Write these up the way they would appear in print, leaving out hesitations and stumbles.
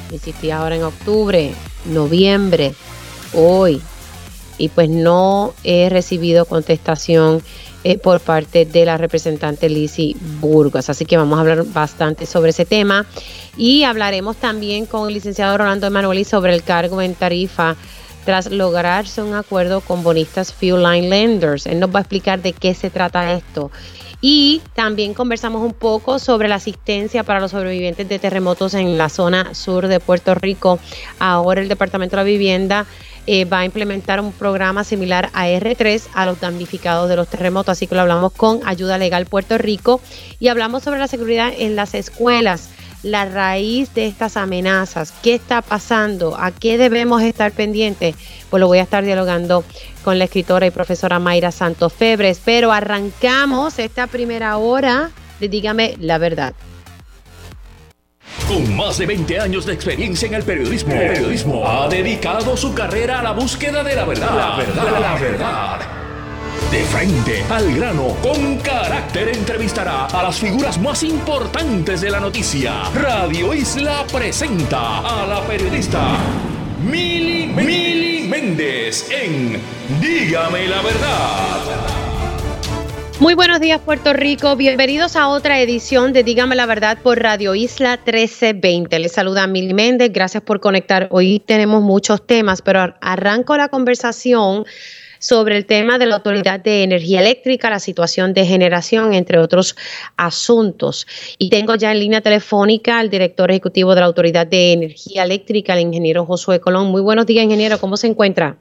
insistí ahora en octubre, noviembre, hoy, y pues no he recibido contestación por parte de la representante Lizzy Burgos. Así que vamos a hablar bastante sobre ese tema y hablaremos también con el licenciado Rolando Emanueli sobre el cargo en tarifa tras lograrse un acuerdo con Bonistas Fuel Line Lenders. Él nos va a explicar de qué se trata esto. Y también conversamos un poco sobre la asistencia para los sobrevivientes de terremotos en la zona sur de Puerto Rico. Ahora el Departamento de la Vivienda va a implementar un programa similar a R3 a los damnificados de los terremotos. Así que lo hablamos con Ayuda Legal Puerto Rico y hablamos sobre la seguridad en las escuelas. La raíz de estas amenazas, qué está pasando, a qué debemos estar pendientes, pues lo voy a estar dialogando con la escritora y profesora Mayra Santos Febres. Pero arrancamos esta primera hora de Dígame la Verdad. Con más de 20 años de experiencia en el periodismo, ha dedicado su carrera a la búsqueda de la verdad. La verdad. De frente, al grano, con carácter, entrevistará a las figuras más importantes de la noticia. Radio Isla presenta a la periodista Mili Méndez en Dígame la Verdad. Muy buenos días, Puerto Rico. Bienvenidos a otra edición de Dígame la Verdad por Radio Isla 1320. Les saluda Mili Méndez. Gracias por conectar. Hoy tenemos muchos temas, pero arranco la conversación sobre el tema de la Autoridad de Energía Eléctrica, la situación de generación, entre otros asuntos. Y tengo ya en línea telefónica al director ejecutivo de la Autoridad de Energía Eléctrica, el ingeniero Josué Colón. Muy buenos días, ingeniero. ¿Cómo se encuentra?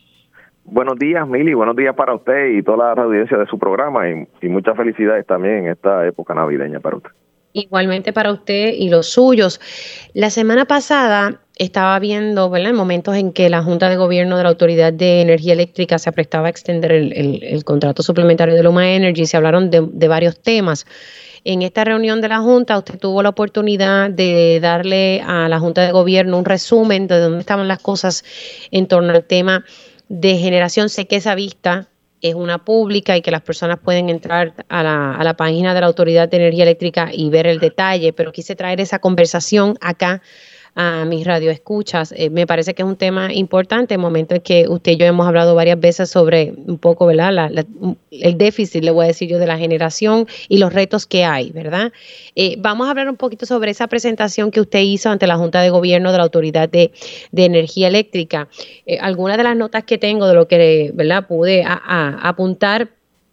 Buenos días, Mili. Buenos días para usted y toda la audiencia de su programa y muchas felicidades también en esta época navideña para usted. Igualmente para usted y los suyos. La semana pasada estaba viendo, ¿verdad?, en momentos en que la Junta de Gobierno de la Autoridad de Energía Eléctrica se aprestaba a extender el contrato suplementario de Luma Energy. Se hablaron de varios temas. En esta reunión de la Junta, usted tuvo la oportunidad de darle a la Junta de Gobierno un resumen de dónde estaban las cosas en torno al tema de generación. Sé que esa vista es una pública y que las personas pueden entrar a la página de la Autoridad de Energía Eléctrica y ver el detalle, pero quise traer esa conversación acá a mis radioescuchas. Me parece que es un tema importante, el momento en que usted y yo hemos hablado varias veces sobre un poco, ¿verdad?, el déficit, le voy a decir yo, de la generación y los retos que hay, ¿verdad? Vamos a hablar un poquito sobre esa presentación que usted hizo ante la Junta de Gobierno de la Autoridad de Energía Eléctrica. Algunas de las notas que tengo de lo que, ¿verdad?, pude apuntar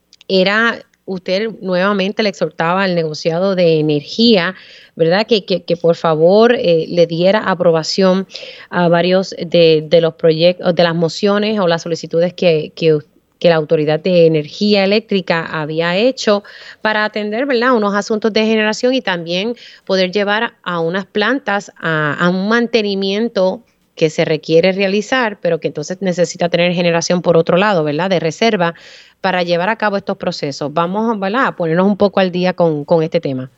era, usted nuevamente le exhortaba al negociado de energía, ¿verdad?, que por favor le diera aprobación a varios de los proyectos, de las mociones o las solicitudes que la Autoridad de Energía Eléctrica había hecho para atender, ¿verdad?, unos asuntos de generación y también poder llevar a unas plantas a un mantenimiento que se requiere realizar, pero que entonces necesita tener generación por otro lado, ¿verdad?, de reserva para llevar a cabo estos procesos. Vamos, ¿verdad?, a ponernos un poco al día con este tema.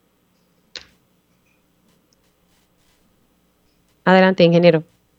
Adelante, ingeniero.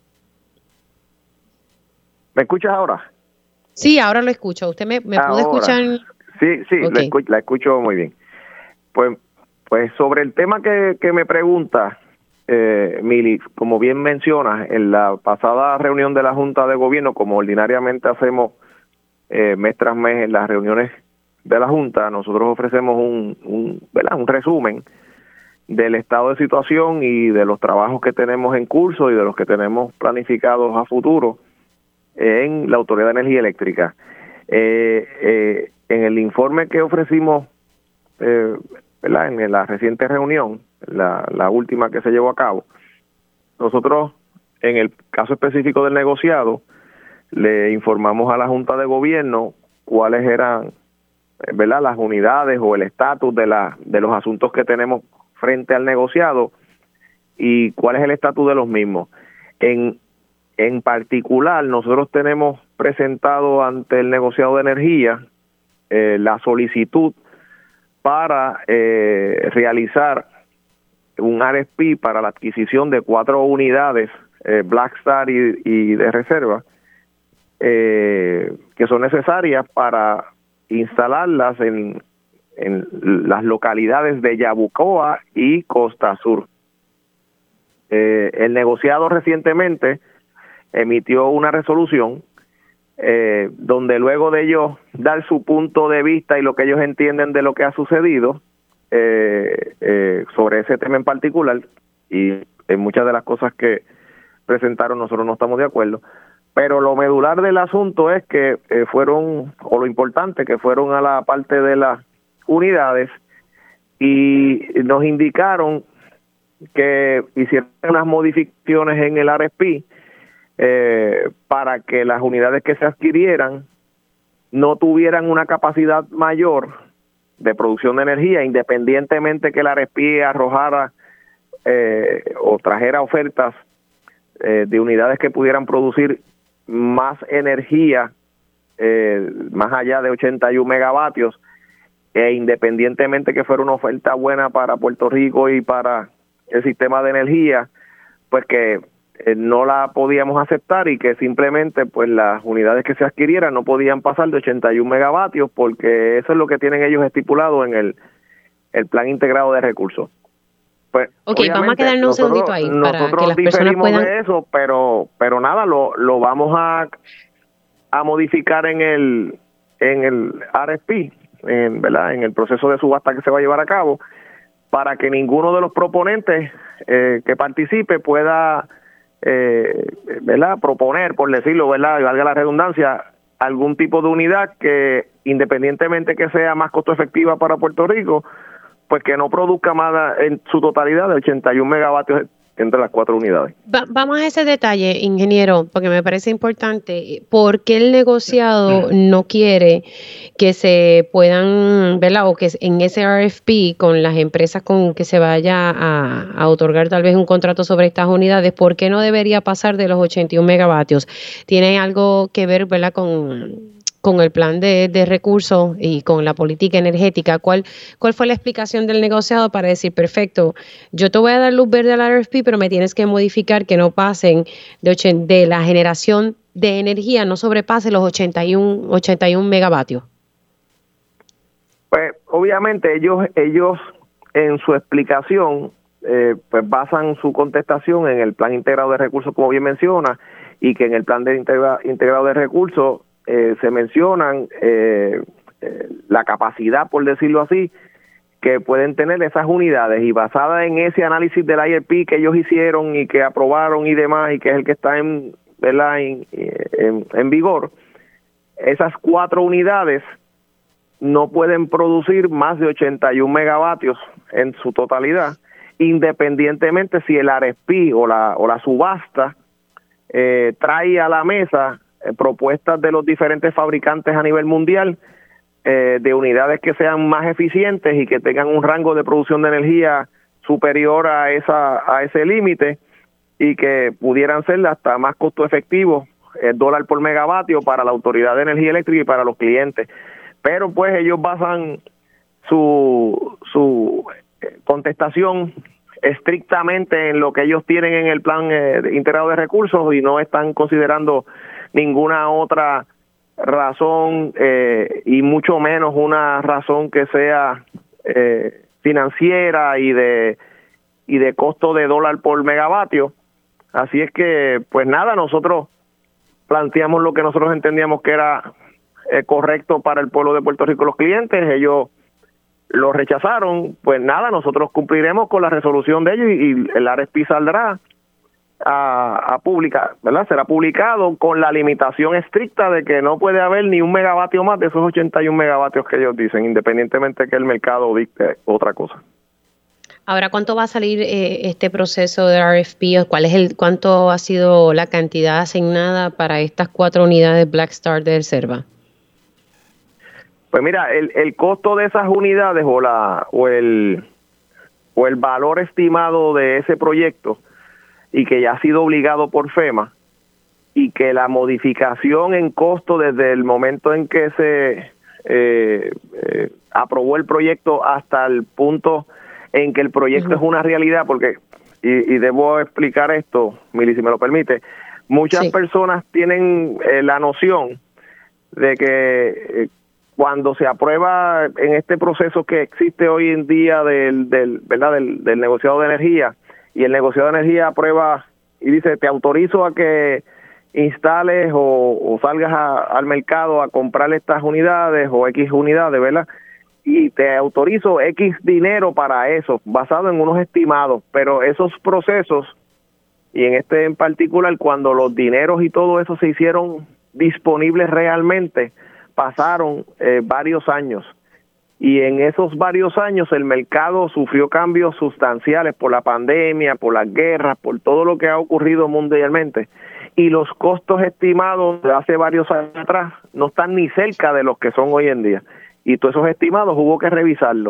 ¿Me escuchas ahora? Sí, ahora lo escucho. ¿Usted me pudo escuchar? Sí, okay. La escucho muy bien. Pues sobre el tema que me pregunta, Mili, como bien mencionas, en la pasada reunión de la Junta de Gobierno, como ordinariamente hacemos mes tras mes en las reuniones de la Junta, nosotros ofrecemos un resumen del estado de situación y de los trabajos que tenemos en curso y de los que tenemos planificados a futuro en la Autoridad de Energía Eléctrica. En el informe que ofrecimos, ¿verdad?, en la reciente reunión, la última que se llevó a cabo, nosotros, en el caso específico del negociado, le informamos a la Junta de Gobierno cuáles eran, ¿verdad?, las unidades o el estatus de los asuntos que tenemos frente al negociado y cuál es el estatus de los mismos. En particular, nosotros tenemos presentado ante el negociado de energía la solicitud para realizar un RFP para la adquisición de 4 unidades Blackstar y de reserva que son necesarias para instalarlas en las localidades de Yabucoa y Costa Sur. El negociado recientemente emitió una resolución donde luego de ellos dar su punto de vista y lo que ellos entienden de lo que ha sucedido sobre ese tema en particular, y en muchas de las cosas que presentaron nosotros no estamos de acuerdo, pero lo medular del asunto es que fueron, o lo importante, que fueron a la parte de las unidades y nos indicaron que hicieron unas modificaciones en el RFP para que las unidades que se adquirieran no tuvieran una capacidad mayor de producción de energía, independientemente que el RFP arrojara o trajera ofertas de unidades que pudieran producir más energía, más allá de 81 megavatios, e independientemente que fuera una oferta buena para Puerto Rico y para el sistema de energía, pues que no la podíamos aceptar y que simplemente pues las unidades que se adquirieran no podían pasar de 81 megavatios, porque eso es lo que tienen ellos estipulado en el plan integrado de recursos. Pues, vamos a quedarnos un segundito ahí para que las personas puedan... de eso, pero nada, lo vamos a modificar en el RFP, ¿verdad? En el proceso de subasta que se va a llevar a cabo, para que ninguno de los proponentes que participe pueda, ¿verdad?, proponer, por decirlo, ¿verdad?, y valga la redundancia, algún tipo de unidad que, independientemente que sea más costo efectiva para Puerto Rico, pues que no produzca más en su totalidad de 81 megavatios entre las 4 unidades. Vamos a ese detalle, ingeniero, porque me parece importante. ¿Por qué el negociado no quiere que se puedan, ¿verdad?, o que en ese RFP con las empresas con que se vaya a otorgar tal vez un contrato sobre estas unidades, ¿por qué no debería pasar de los 81 megavatios? ¿Tiene algo que ver, ¿verdad?, con el plan de recursos y con la política energética? ¿Cuál fue la explicación del negociado para decir, perfecto, yo te voy a dar luz verde al RFP, pero me tienes que modificar que no pasen de la generación de energía, no sobrepase los 81 megavatios? Pues obviamente ellos en su explicación pues basan su contestación en el plan integrado de recursos, como bien menciona, y que en el plan de integrado de recursos se mencionan la capacidad, por decirlo así, que pueden tener esas unidades, y basada en ese análisis del IRP que ellos hicieron y que aprobaron y demás, y que es el que está en vigor, esas 4 unidades no pueden producir más de 81 megavatios en su totalidad, independientemente si el RFP o la subasta trae a la mesa propuestas de los diferentes fabricantes a nivel mundial de unidades que sean más eficientes y que tengan un rango de producción de energía superior a ese límite, y que pudieran ser hasta más costo efectivos, dólar por megavatio para la Autoridad de Energía Eléctrica y para los clientes. Pero pues ellos basan su contestación estrictamente en lo que ellos tienen en el plan integrado de recursos, y no están considerando ninguna otra razón, y mucho menos una razón que sea financiera y de costo de dólar por megavatio. Así es que, pues nada, nosotros planteamos lo que nosotros entendíamos que era correcto para el pueblo de Puerto Rico, los clientes. Ellos lo rechazaron. Pues nada, nosotros cumpliremos con la resolución de ellos, y el RFP saldrá a publicar, ¿verdad? Será publicado con la limitación estricta de que no puede haber ni un megavatio más de esos 81 megavatios que ellos dicen, independientemente que el mercado dicte otra cosa. Ahora, ¿cuánto va a salir este proceso de RFP? ¿Cuánto ha sido la cantidad asignada para estas 4 unidades Black Star del CERVA? Pues mira, el costo de esas unidades o el valor estimado de ese proyecto, y que ya ha sido obligado por FEMA, y que la modificación en costo desde el momento en que se aprobó el proyecto hasta el punto en que el proyecto es una realidad, porque, y debo explicar esto, Mili, si me lo permite, muchas personas tienen la noción de que cuando se aprueba en este proceso que existe hoy en día del negociado de energía, y el negociado de energía aprueba y dice, te autorizo a que instales o salgas al mercado a comprar estas unidades o X unidades, ¿verdad? Y te autorizo X dinero para eso, basado en unos estimados, pero esos procesos, y en este en particular, cuando los dineros y todo eso se hicieron disponibles realmente, pasaron varios años. Y en esos varios años el mercado sufrió cambios sustanciales por la pandemia, por las guerras, por todo lo que ha ocurrido mundialmente. Y los costos estimados de hace varios años atrás no están ni cerca de los que son hoy en día. Y todos esos estimados hubo que revisarlos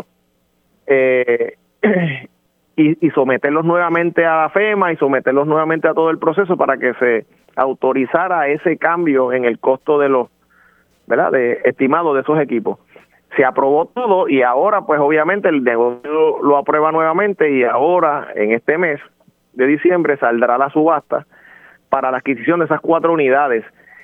y someterlos nuevamente a la FEMA y someterlos nuevamente a todo el proceso para que se autorizara ese cambio en el costo de los, ¿verdad?, de estimado de esos equipos. Se aprobó todo y ahora pues obviamente el negocio lo aprueba nuevamente y ahora en este mes de diciembre saldrá la subasta para la adquisición de esas 4 unidades.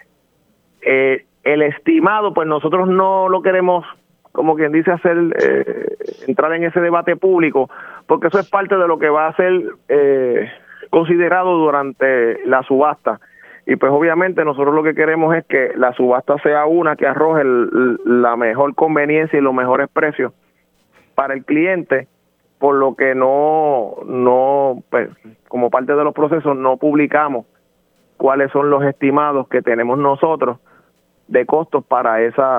El estimado pues nosotros no lo queremos, como quien dice, hacer entrar en ese debate público, porque eso es parte de lo que va a ser considerado durante la subasta. Y pues obviamente nosotros lo que queremos es que la subasta sea una que arroje la mejor conveniencia y los mejores precios para el cliente, por lo que no pues, como parte de los procesos no publicamos cuáles son los estimados que tenemos nosotros de costos para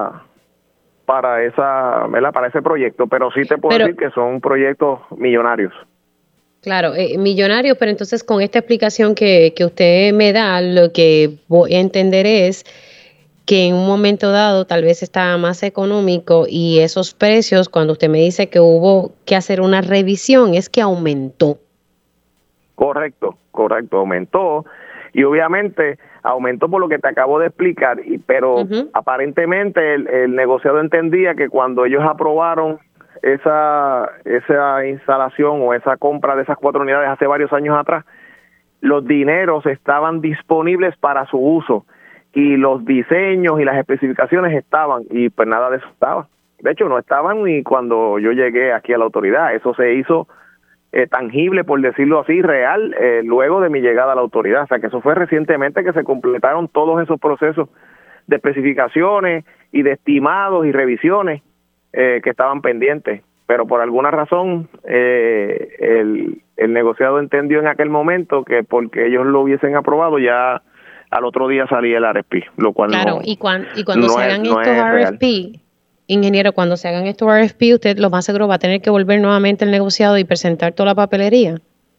ese proyecto, pero sí te puedo decir que son proyectos millonarios. Claro, millonarios, pero entonces con esta explicación que usted me da, lo que voy a entender es que en un momento dado tal vez estaba más económico y esos precios, cuando usted me dice que hubo que hacer una revisión, es que aumentó. Correcto, aumentó. Y obviamente aumentó por lo que te acabo de explicar, pero aparentemente el negociado entendía que cuando ellos aprobaron esa instalación o esa compra de esas 4 unidades hace varios años atrás, los dineros estaban disponibles para su uso y los diseños y las especificaciones estaban, y pues nada de eso estaba. De hecho, no estaban ni cuando yo llegué aquí a la autoridad. Eso se hizo tangible, por decirlo así, real, luego de mi llegada a la autoridad. O sea, que eso fue recientemente que se completaron todos esos procesos de especificaciones y de estimados y revisiones que estaban pendientes. Pero por alguna razón el negociado entendió en aquel momento que porque ellos lo hubiesen aprobado, ya al otro día salía el RFP, lo cual claro, no, y cuando se hagan estos RFP, real. Ingeniero, cuando se hagan estos RFP, usted lo más seguro va a tener que volver nuevamente al negociado y presentar toda la papelería.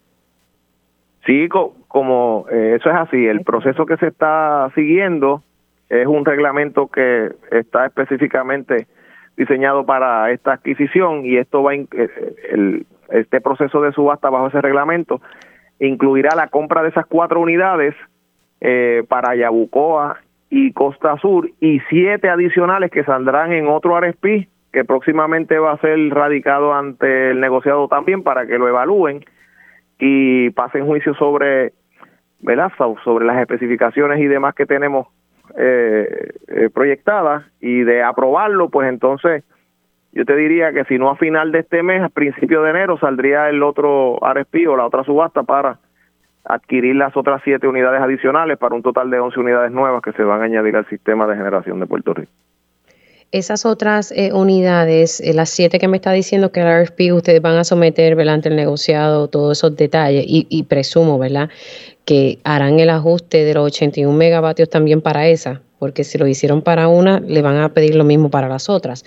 Sí, como eso es así. El proceso que se está siguiendo es un reglamento que está específicamente diseñado para esta adquisición, y esto va este proceso de subasta bajo ese reglamento incluirá la compra de esas 4 unidades para Yabucoa y Costa Sur, y 7 adicionales que saldrán en otro RFP que próximamente va a ser radicado ante el negociado también para que lo evalúen y pasen juicio sobre, ¿verdad?, sobre las especificaciones y demás que tenemos proyectadas, y de aprobarlo, pues entonces yo te diría que si no a final de este mes, a principio de enero, saldría el otro RFP o la otra subasta para adquirir las otras 7 unidades adicionales para un total de 11 unidades nuevas que se van a añadir al sistema de generación de Puerto Rico. Esas otras unidades, las 7 que me está diciendo que el RFP ustedes van a someter, ¿verdad?, ante el negociado, todos esos detalles, y presumo, ¿verdad?, que harán el ajuste de los 81 megavatios también para esa, porque si lo hicieron para una, le van a pedir lo mismo para las otras.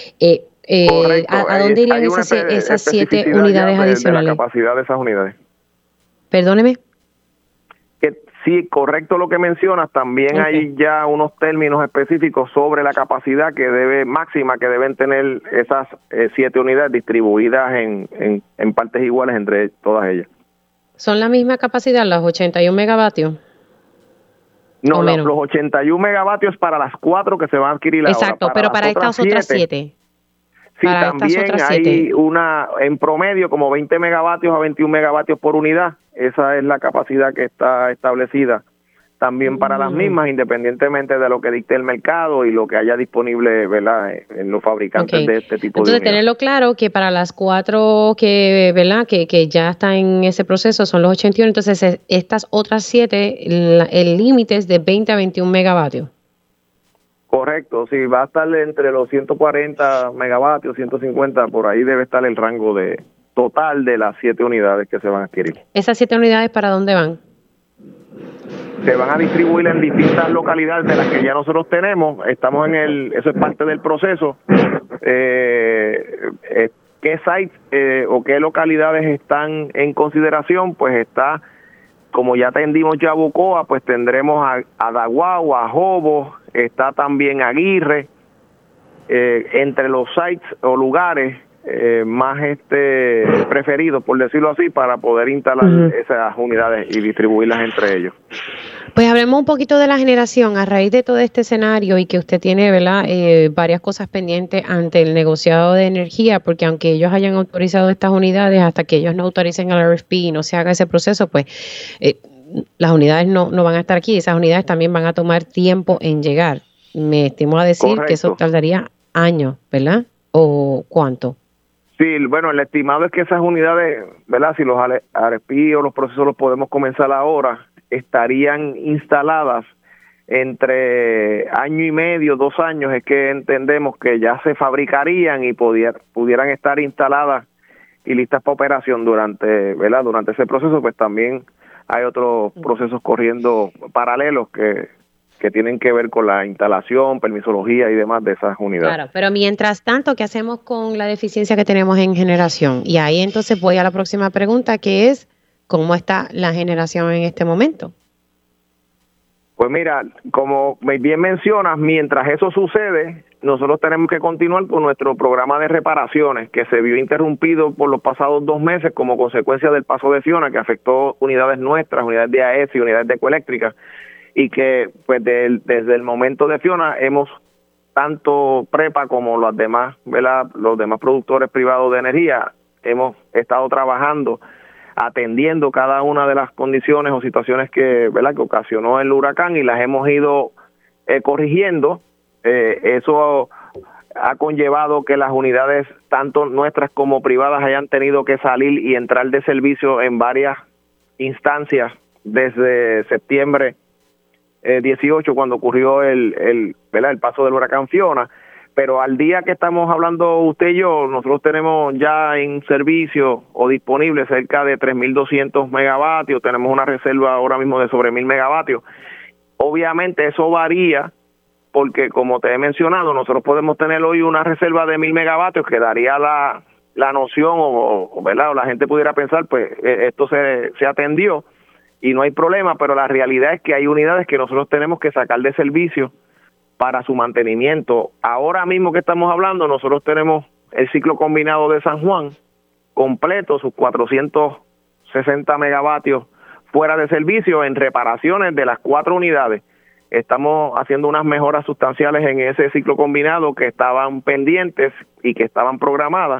¿A dónde irían esas 7 unidades adicionales? De la capacidad de esas unidades. Perdóneme. Sí, correcto lo que mencionas. También hay ya unos términos específicos sobre la capacidad máxima que deben tener esas 7 unidades distribuidas en partes iguales entre todas ellas. ¿Son la misma capacidad, los 81 megavatios? No, los 81 megavatios para las 4 que se van a adquirir ahora. Exacto, pero para estas otras 7. Sí, para también hay una, en promedio, como 20 megavatios a 21 megavatios por unidad. Esa es la capacidad que está establecida también para las mismas, independientemente de lo que dicte el mercado y lo que haya disponible, ¿verdad?, en los fabricantes de este tipo de unidades. Entonces, tenerlo claro que para las 4 que, ¿verdad?, que ya están en ese proceso son los 81, entonces estas otras 7, el límite es de 20 a 21 megavatios. Correcto, sí, va a estar entre los 140 megavatios, 150, por ahí debe estar el rango de total de las 7 unidades que se van a adquirir. ¿Esas 7 unidades para dónde van? Se van a distribuir en distintas localidades de las que ya nosotros tenemos. Estamos eso es parte del proceso. ¿Qué sites o qué localidades están en consideración? Pues está, como ya atendimos Yabucoa, pues tendremos a Daguao, a Jobo, está también Aguirre, entre los sites o lugares más preferidos, por decirlo así, para poder instalar esas unidades y distribuirlas entre ellos. Pues hablemos un poquito de la generación a raíz de todo este escenario y que usted tiene, ¿verdad?, varias cosas pendientes ante el negociado de energía, porque aunque ellos hayan autorizado estas unidades, hasta que ellos no autoricen el RFP y no se haga ese proceso, pues las unidades no van a estar aquí. Esas unidades también van a tomar tiempo en llegar. Me estimo a decir Correcto. Que eso tardaría años, ¿verdad? ¿O cuánto? Sí, bueno, el estimado es que esas unidades, ¿verdad?, si los RFP o los procesos los podemos comenzar ahora, estarían instaladas entre año y medio, 2 años, es que entendemos que ya se fabricarían y pudieran estar instaladas y listas para operación durante ese proceso. Pues también hay otros procesos corriendo paralelos que tienen que ver con la instalación, permisología y demás de esas unidades. Claro, pero mientras tanto, ¿qué hacemos con la deficiencia que tenemos en generación? Y ahí entonces voy a la próxima pregunta, que es, ¿cómo está la generación en este momento? Pues mira, como bien mencionas, mientras eso sucede, nosotros tenemos que continuar con nuestro programa de reparaciones, que se vio interrumpido por los pasados 2 meses como consecuencia del paso de Fiona, que afectó unidades nuestras, unidades de AES y unidades de Ecoeléctrica, y que pues desde el momento de Fiona hemos, tanto Prepa como los demás, ¿verdad?, los demás productores privados de energía, hemos estado trabajando, atendiendo cada una de las condiciones o situaciones que ocasionó el huracán, y las hemos ido corrigiendo. Eso ha conllevado que las unidades, tanto nuestras como privadas, hayan tenido que salir y entrar de servicio en varias instancias desde septiembre 18, cuando ocurrió el paso del huracán Fiona. Pero al día que estamos hablando usted y yo, nosotros tenemos ya en servicio o disponible cerca de 3.200 megavatios, tenemos una reserva ahora mismo de sobre 1.000 megavatios. Obviamente eso varía, porque como te he mencionado, nosotros podemos tener hoy una reserva de 1.000 megavatios que daría la noción, o la gente pudiera pensar, pues esto se atendió y no hay problema, pero la realidad es que hay unidades que nosotros tenemos que sacar de servicio para su mantenimiento. Ahora mismo que estamos hablando, nosotros tenemos el ciclo combinado de San Juan completo, sus 460 megavatios fuera de servicio en reparaciones de las 4 unidades. Estamos haciendo unas mejoras sustanciales en ese ciclo combinado que estaban pendientes y que estaban programadas,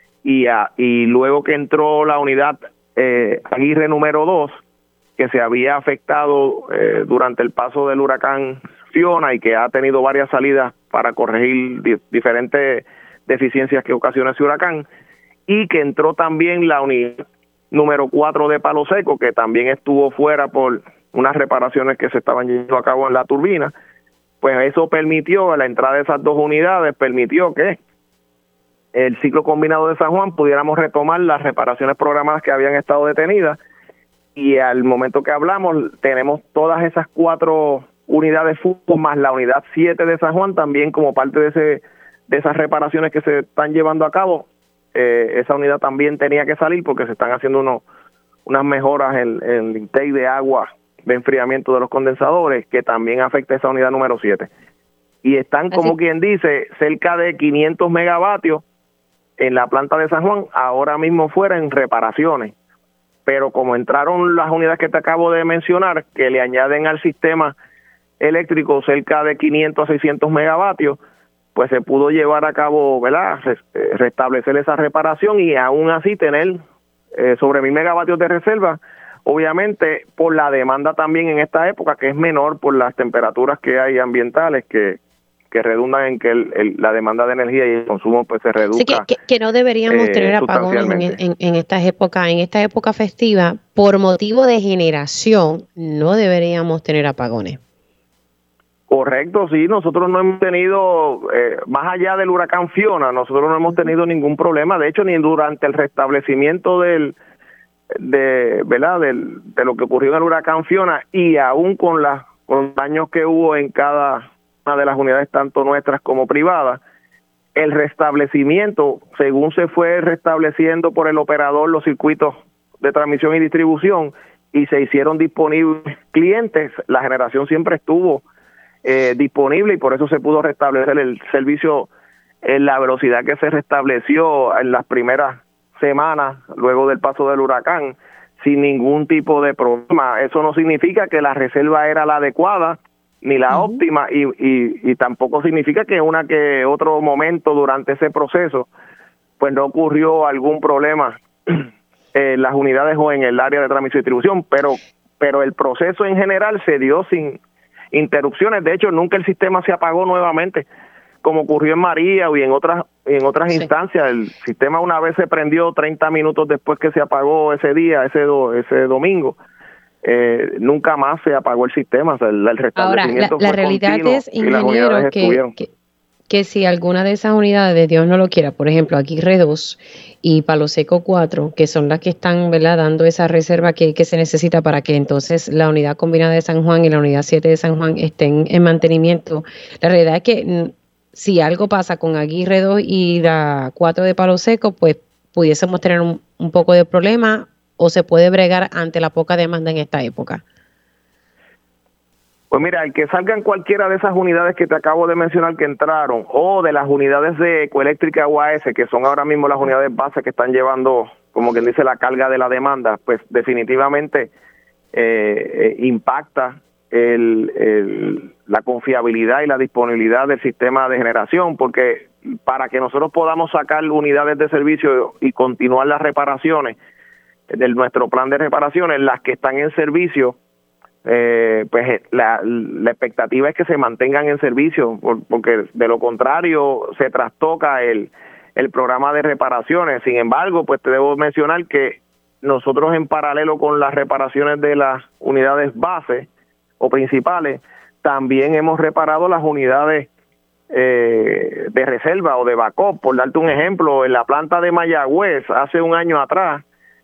y luego que entró la unidad Aguirre número 2, que se había afectado durante el paso del huracán Fiona y que ha tenido varias salidas para corregir diferentes deficiencias que ocasiona ese huracán, y que entró también la unidad número 4 de Palo Seco, que también estuvo fuera por unas reparaciones que se estaban llevando a cabo en la turbina. Pues eso permitió, la entrada de esas 2 unidades permitió que el ciclo combinado de San Juan pudiéramos retomar las reparaciones programadas que habían estado detenidas, y al momento que hablamos tenemos todas esas 4 unidades más la unidad 7 de San Juan también como parte de esas reparaciones que se están llevando a cabo. Esa unidad también tenía que salir porque se están haciendo unas mejoras en el intake de agua de enfriamiento de los condensadores, que también afecta a esa unidad número 7. Y están, como quien dice, cerca de 500 megavatios en la planta de San Juan, ahora mismo fuera en reparaciones. Pero como entraron las unidades que te acabo de mencionar, que le añaden al sistema eléctrico cerca de 500 a 600 megavatios, pues se pudo llevar a cabo, ¿verdad?, restablecer esa reparación, y aún así tener sobre 1.000 megavatios de reserva obviamente por la demanda también en esta época, que es menor por las temperaturas que hay ambientales que redundan en que la demanda de energía y el consumo pues se reduzca. Sí, que no deberíamos tener apagones en estas épocas, en esta época festiva, por motivo de generación, no deberíamos tener apagones. Correcto, sí, nosotros no hemos tenido, más allá del huracán Fiona, nosotros no hemos tenido ningún problema, de hecho ni durante el restablecimiento de lo que ocurrió en el huracán Fiona, y aún con los daños que hubo en cada una de las unidades, tanto nuestras como privadas, el restablecimiento, según se fue restableciendo por el operador los circuitos de transmisión y distribución y se hicieron disponibles clientes, la generación siempre estuvo disponible y por eso se pudo restablecer el servicio en la velocidad que se restableció en las primeras semanas luego del paso del huracán sin ningún tipo de problema. Eso no significa que la reserva era la adecuada ni la óptima y tampoco significa que otro momento durante ese proceso pues no ocurrió algún problema en las unidades o en el área de transmisión y distribución, pero el proceso en general se dio sin interrupciones. De hecho, nunca el sistema se apagó nuevamente, como ocurrió en María y en otras instancias. El sistema una vez se prendió 30 minutos después que se apagó ese día, ese domingo. Nunca más se apagó el sistema. O sea, el restablecimiento ahora, la realidad es, ingeniero, que si alguna de esas unidades, de Dios no lo quiera, por ejemplo, Aguirre 2 y Palo Seco 4, que son las que están, ¿verdad?, dando esa reserva que se necesita para que entonces la unidad combinada de San Juan y la unidad 7 de San Juan estén en mantenimiento. La realidad es que si algo pasa con Aguirre 2 y la 4 de Palo Seco, pues pudiésemos tener un poco de problema o se puede bregar ante la poca demanda en esta época. Pues mira, el que salgan cualquiera de esas unidades que te acabo de mencionar que entraron, o de las unidades de Ecoeléctrica UAS, que son ahora mismo las unidades base que están llevando, como quien dice, la carga de la demanda, pues definitivamente impacta la confiabilidad y la disponibilidad del sistema de generación, porque para que nosotros podamos sacar unidades de servicio y continuar las reparaciones de nuestro plan de reparaciones, las que están en servicio, pues la expectativa es que se mantengan en servicio, porque de lo contrario se trastoca el programa de reparaciones. Sin embargo, pues te debo mencionar que nosotros en paralelo con las reparaciones de las unidades base o principales, también hemos reparado las unidades de reserva o de backup. Por darte un ejemplo, en la planta de Mayagüez hace un año atrás,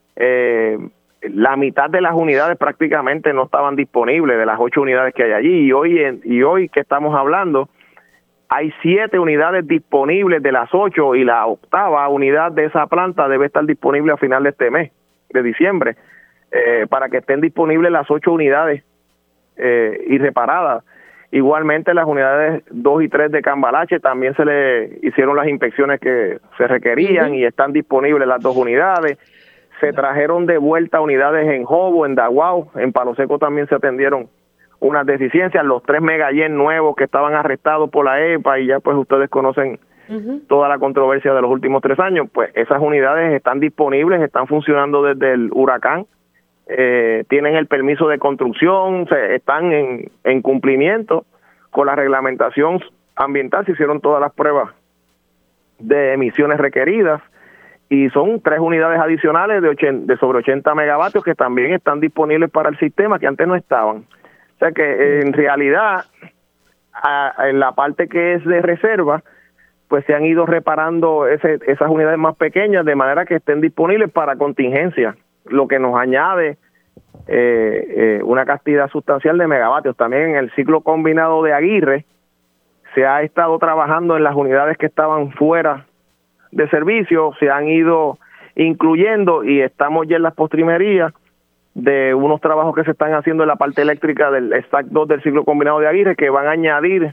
la mitad de las unidades prácticamente no estaban disponibles de las 8 unidades que hay allí, y hoy que estamos hablando hay 7 unidades disponibles de las 8 y la 8ª unidad de esa planta debe estar disponible a final de este mes de diciembre, para que estén disponibles las 8 unidades y reparadas. Igualmente las unidades 2 y 3 de Cambalache también se le hicieron las inspecciones que se requerían y están disponibles las 2 unidades. Se trajeron de vuelta unidades en Jobo, en Daguao, en Palo Seco también se atendieron unas deficiencias, los 3 Megallén nuevos que estaban arrestados por la EPA, y ya pues ustedes conocen toda la controversia de los últimos 3 años, pues esas unidades están disponibles, están funcionando desde el huracán, tienen el permiso de construcción, están en cumplimiento con la reglamentación ambiental, se hicieron todas las pruebas de emisiones requeridas, y son 3 unidades adicionales de sobre 80 megavatios que también están disponibles para el sistema, que antes no estaban. O sea que en realidad, en la parte que es de reserva, pues se han ido reparando esas unidades más pequeñas de manera que estén disponibles para contingencia, lo que nos añade una cantidad sustancial de megavatios. También en el ciclo combinado de Aguirre se ha estado trabajando en las unidades que estaban fuera de servicio, se han ido incluyendo y estamos ya en las postrimerías de unos trabajos que se están haciendo en la parte eléctrica del Stack 2 del ciclo combinado de Aguirre, que van a añadir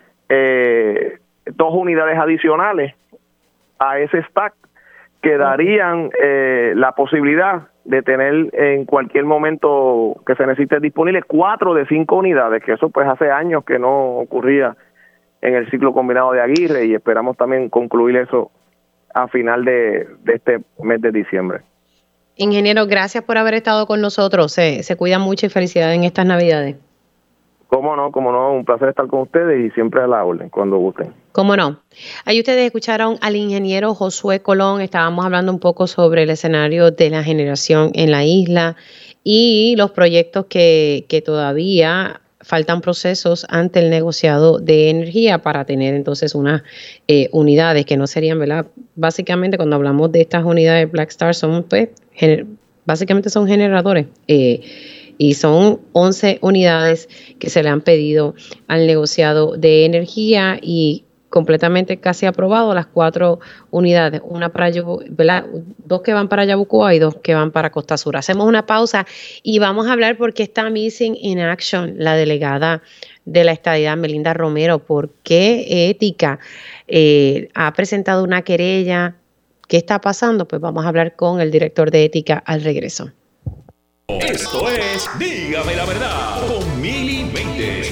2 unidades adicionales a ese stack que darían la posibilidad de tener en cualquier momento que se necesite disponible 4 de 5 unidades, que eso pues hace años que no ocurría en el ciclo combinado de Aguirre, y esperamos también concluir eso a final de este mes de diciembre. Ingeniero, gracias por haber estado con nosotros. Se cuida mucho y felicidades en estas Navidades. Cómo no, un placer estar con ustedes y siempre a la orden, cuando gusten. Cómo no. Ahí ustedes escucharon al ingeniero Josué Colón. Estábamos hablando un poco sobre el escenario de la generación en la isla y los proyectos que todavía faltan procesos ante el negociado de energía para tener entonces unas unidades que no serían, ¿verdad? Básicamente cuando hablamos de estas unidades Black Star son, pues, básicamente son generadores. Y son 11 unidades que se le han pedido al negociado de energía y completamente casi aprobado las 4 unidades, una para ¿verdad? 2 que van para Yabucoa y 2 que van para Costa Sur. Hacemos una pausa y vamos a hablar por qué está missing in action la delegada de la estadidad, Melinda Romero, por qué Ética ha presentado una querella, qué está pasando. Pues vamos a hablar con el director de Ética al regreso. Esto es Dígame la Verdad con Mili Méndez.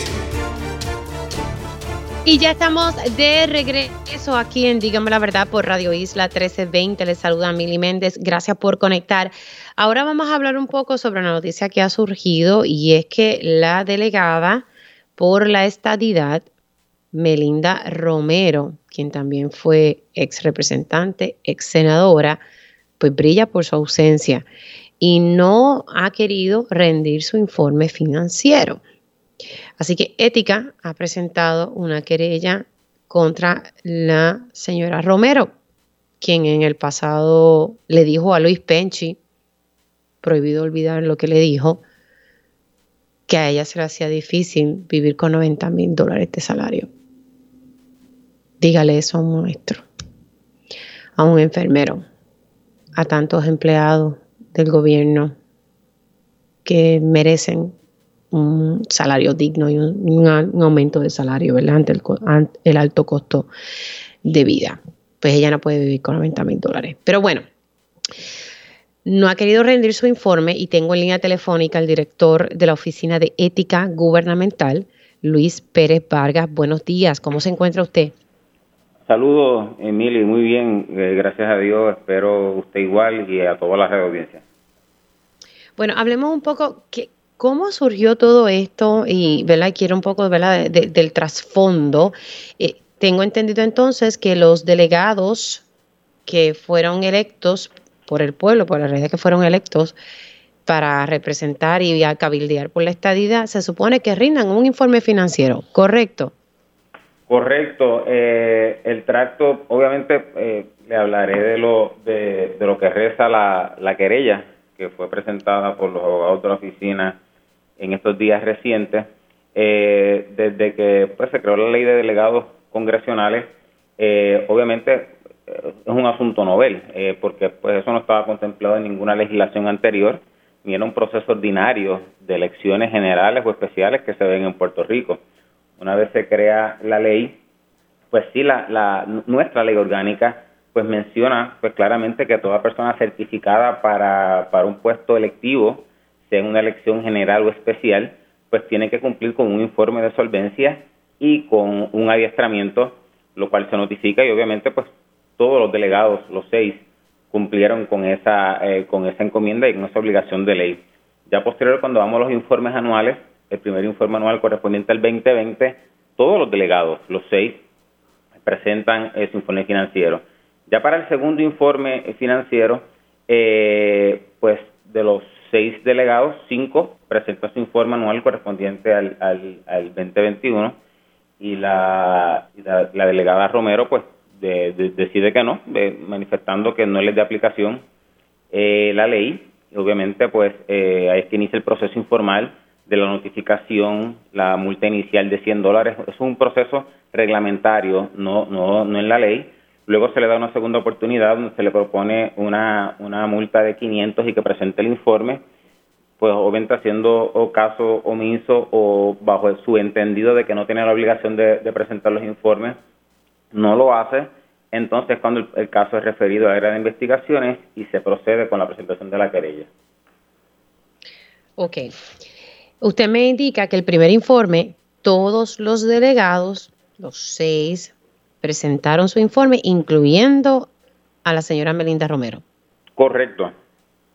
Y ya estamos de regreso aquí en Dígame la Verdad por Radio Isla 1320. Les saluda Mili Méndez. Gracias por conectar. Ahora vamos a hablar un poco sobre una noticia que ha surgido y es que la delegada por la estadidad, Melinda Romero, quien también fue ex representante, ex senadora, pues brilla por su ausencia y no ha querido rendir su informe financiero. Así que Ética ha presentado una querella contra la señora Romero, quien en el pasado le dijo a Luis Penchi, prohibido olvidar lo que le dijo, que a ella se le hacía difícil vivir con $90,000 de salario. Dígale eso a un maestro, a un enfermero, a tantos empleados del gobierno que merecen un salario digno y un aumento de salario, ¿verdad? Ante el alto costo de vida. Pues ella no puede vivir con $90,000. Pero bueno, no ha querido rendir su informe y tengo en línea telefónica al director de la Oficina de Ética Gubernamental, Luis Pérez Vargas. Buenos días, ¿cómo se encuentra usted? Saludos, Emily, muy bien, gracias a Dios, espero usted igual y a toda la red audiencia. Bueno, hablemos un poco, ¿cómo surgió todo esto? Y, ¿verdad? Quiero un poco, ¿verdad? Del trasfondo. Tengo entendido entonces que los delegados que fueron electos por el pueblo, por la realidad que fueron electos para representar y a cabildear por la estadidad, se supone que rindan un informe financiero, ¿correcto? Correcto. El tracto, obviamente, le hablaré de lo que reza la querella que fue presentada por los abogados de la oficina en estos días recientes. Desde que pues, se creó la ley de delegados congresionales, obviamente es un asunto novel, porque pues eso no estaba contemplado en ninguna legislación anterior, ni era un proceso ordinario de elecciones generales o especiales que se ven en Puerto Rico. Una vez se crea la ley, pues sí, nuestra ley orgánica pues menciona pues claramente que toda persona certificada para un puesto electivo, sea en una elección general o especial, pues tiene que cumplir con un informe de solvencia y con un adiestramiento, lo cual se notifica y obviamente pues todos los delegados, los 6, cumplieron con esa encomienda y con esa obligación de ley. Ya posterior, cuando vamos a los informes anuales, el primer informe anual correspondiente al 2020, todos los delegados, los 6, presentan su informe financiero. Ya para el segundo informe financiero, pues de los 6 delegados, 5 presentan su informe anual correspondiente al 2021 y la delegada Romero pues decide que no, manifestando que no les de aplicación la ley. Y obviamente pues ahí es que inicia el proceso informal de la notificación, la multa inicial de $100. Es un proceso reglamentario, no en la ley. Luego se le da una segunda oportunidad donde se le propone una multa de 500 y que presente el informe, pues obviamente haciendo caso omiso o bajo su entendido de que no tiene la obligación de presentar los informes, no lo hace. Entonces cuando el caso es referido a área de investigaciones y se procede con la presentación de la querella. Ok. Usted me indica que el primer informe, todos los delegados, los 6, presentaron su informe, incluyendo a la señora Melinda Romero. Correcto.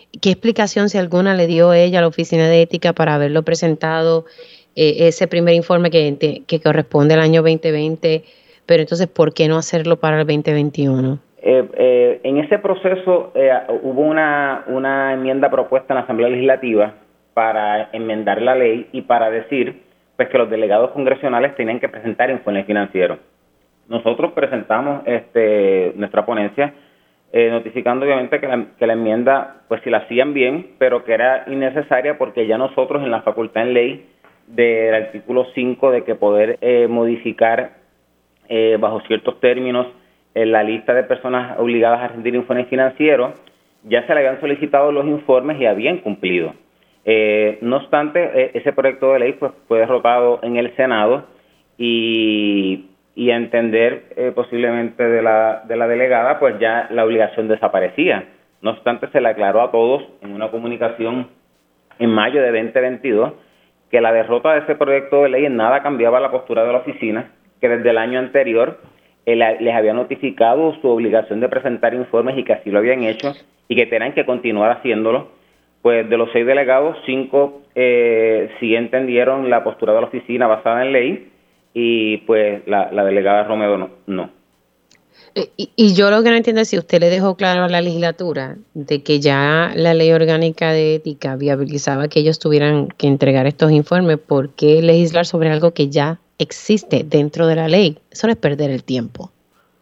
¿Qué explicación, si alguna, le dio ella a la Oficina de Ética para haberlo presentado, ese primer informe que corresponde al año 2020, pero entonces ¿por qué no hacerlo para el 2021? En ese proceso hubo una enmienda propuesta en la Asamblea Legislativa para enmendar la ley y para decir pues que los delegados congresionales tenían que presentar informes financieros. Nosotros presentamos nuestra ponencia notificando obviamente que la enmienda pues si la hacían bien, pero que era innecesaria porque ya nosotros en la facultad en ley del artículo 5 de que poder modificar bajo ciertos términos la lista de personas obligadas a rendir informes financieros, ya se le habían solicitado los informes y habían cumplido. No obstante, ese proyecto de ley pues fue derrotado en el Senado y a entender posiblemente de la delegada, pues ya la obligación desaparecía. No obstante, se le aclaró a todos en una comunicación en mayo de 2022 que la derrota de ese proyecto de ley en nada cambiaba la postura de la oficina, que desde el año anterior les había notificado su obligación de presentar informes y que así lo habían hecho y que tenían que continuar haciéndolo. Pues de los 6 delegados, 5 sí entendieron la postura de la oficina basada en ley y pues la delegada Romero no. Y yo lo que no entiendo es si usted le dejó claro a la legislatura de que ya la ley orgánica de ética viabilizaba que ellos tuvieran que entregar estos informes. ¿Por qué legislar sobre algo que ya existe dentro de la ley? Eso no es perder el tiempo.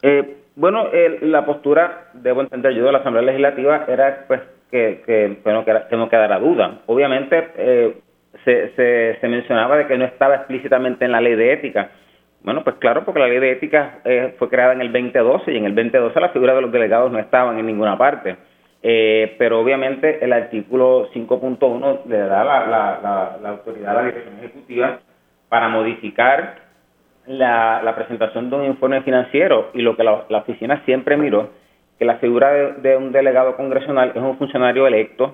La postura, debo entender yo, de la Asamblea Legislativa era pues que no quedara duda. Obviamente se mencionaba de que no estaba explícitamente en la ley de ética. Bueno, pues claro, porque la ley de ética fue creada en el 2012 y en el 2012 la figura de los delegados no estaban en ninguna parte. Pero obviamente el artículo 5.1 le da la autoridad a la dirección ejecutiva para modificar la presentación de un informe financiero, y lo que la oficina siempre miró, que la figura de un delegado congresional es un funcionario electo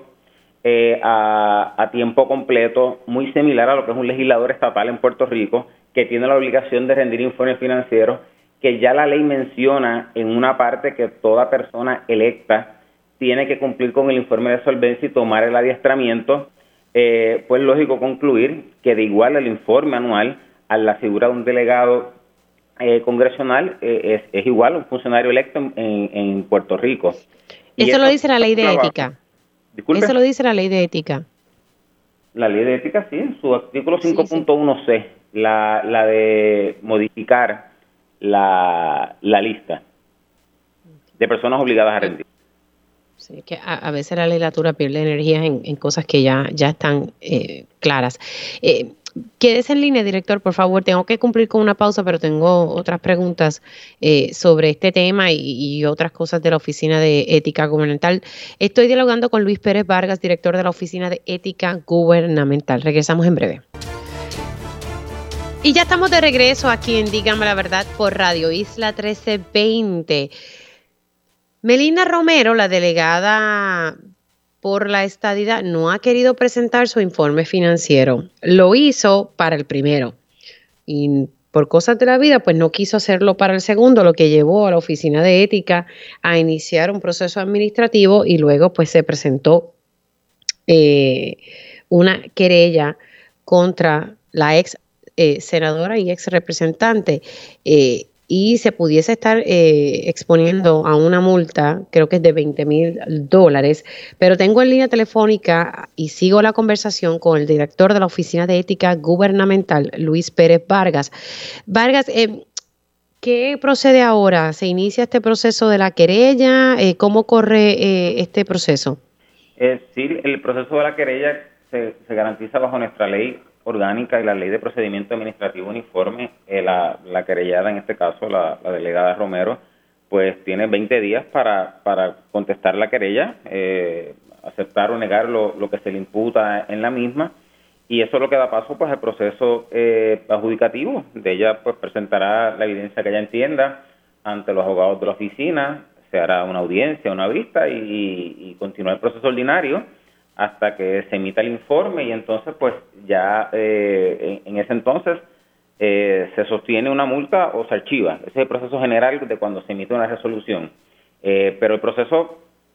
a tiempo completo, muy similar a lo que es un legislador estatal en Puerto Rico, que tiene la obligación de rendir informes financieros, que ya la ley menciona en una parte que toda persona electa tiene que cumplir con el informe de solvencia y tomar el adiestramiento. Pues lógico concluir que de igual el informe anual a la figura de un delegado congresional es igual a un funcionario electo en Puerto Rico. Eso lo dice la ley de ética. Disculpe. Eso lo dice la ley de ética. La ley de ética, sí, en su artículo 5.1c, sí. La de modificar la lista de personas obligadas a rendir. Sí, que a veces la legislatura pierde energía en cosas que ya están claras. Quédese en línea, director, por favor. Tengo que cumplir con una pausa, pero tengo otras preguntas sobre este tema y otras cosas de la Oficina de Ética Gubernamental. Estoy dialogando con Luis Pérez Vargas, director de la Oficina de Ética Gubernamental. Regresamos en breve. Y ya estamos de regreso aquí en Dígame la Verdad por Radio Isla 1320. Melina Romero, la delegada por la estadidad, no ha querido presentar su informe financiero. Lo hizo para el primero y por cosas de la vida pues no quiso hacerlo para el segundo, lo que llevó a la Oficina de Ética a iniciar un proceso administrativo y luego pues se presentó una querella contra la ex senadora y ex representante y se pudiese estar exponiendo a una multa, creo que es de $20,000, pero tengo en línea telefónica y sigo la conversación con el director de la Oficina de Ética Gubernamental, Luis Pérez Vargas. Vargas, ¿qué procede ahora? ¿Se inicia este proceso de la querella? ¿Cómo corre este proceso? Sí, el proceso de la querella se garantiza bajo nuestra ley orgánica y la ley de procedimiento administrativo uniforme. La querellada, en este caso la delegada Romero, pues tiene 20 días para contestar la querella, aceptar o negar lo que se le imputa en la misma, y eso es lo que da paso pues al proceso adjudicativo. De ella pues presentará la evidencia que ella entienda ante los abogados de la oficina, se hará una audiencia, una vista y continúa el proceso ordinario hasta que se emita el informe, y entonces pues ya en ese entonces se sostiene una multa o se archiva. Ese es el proceso general de cuando se emite una resolución. Pero el proceso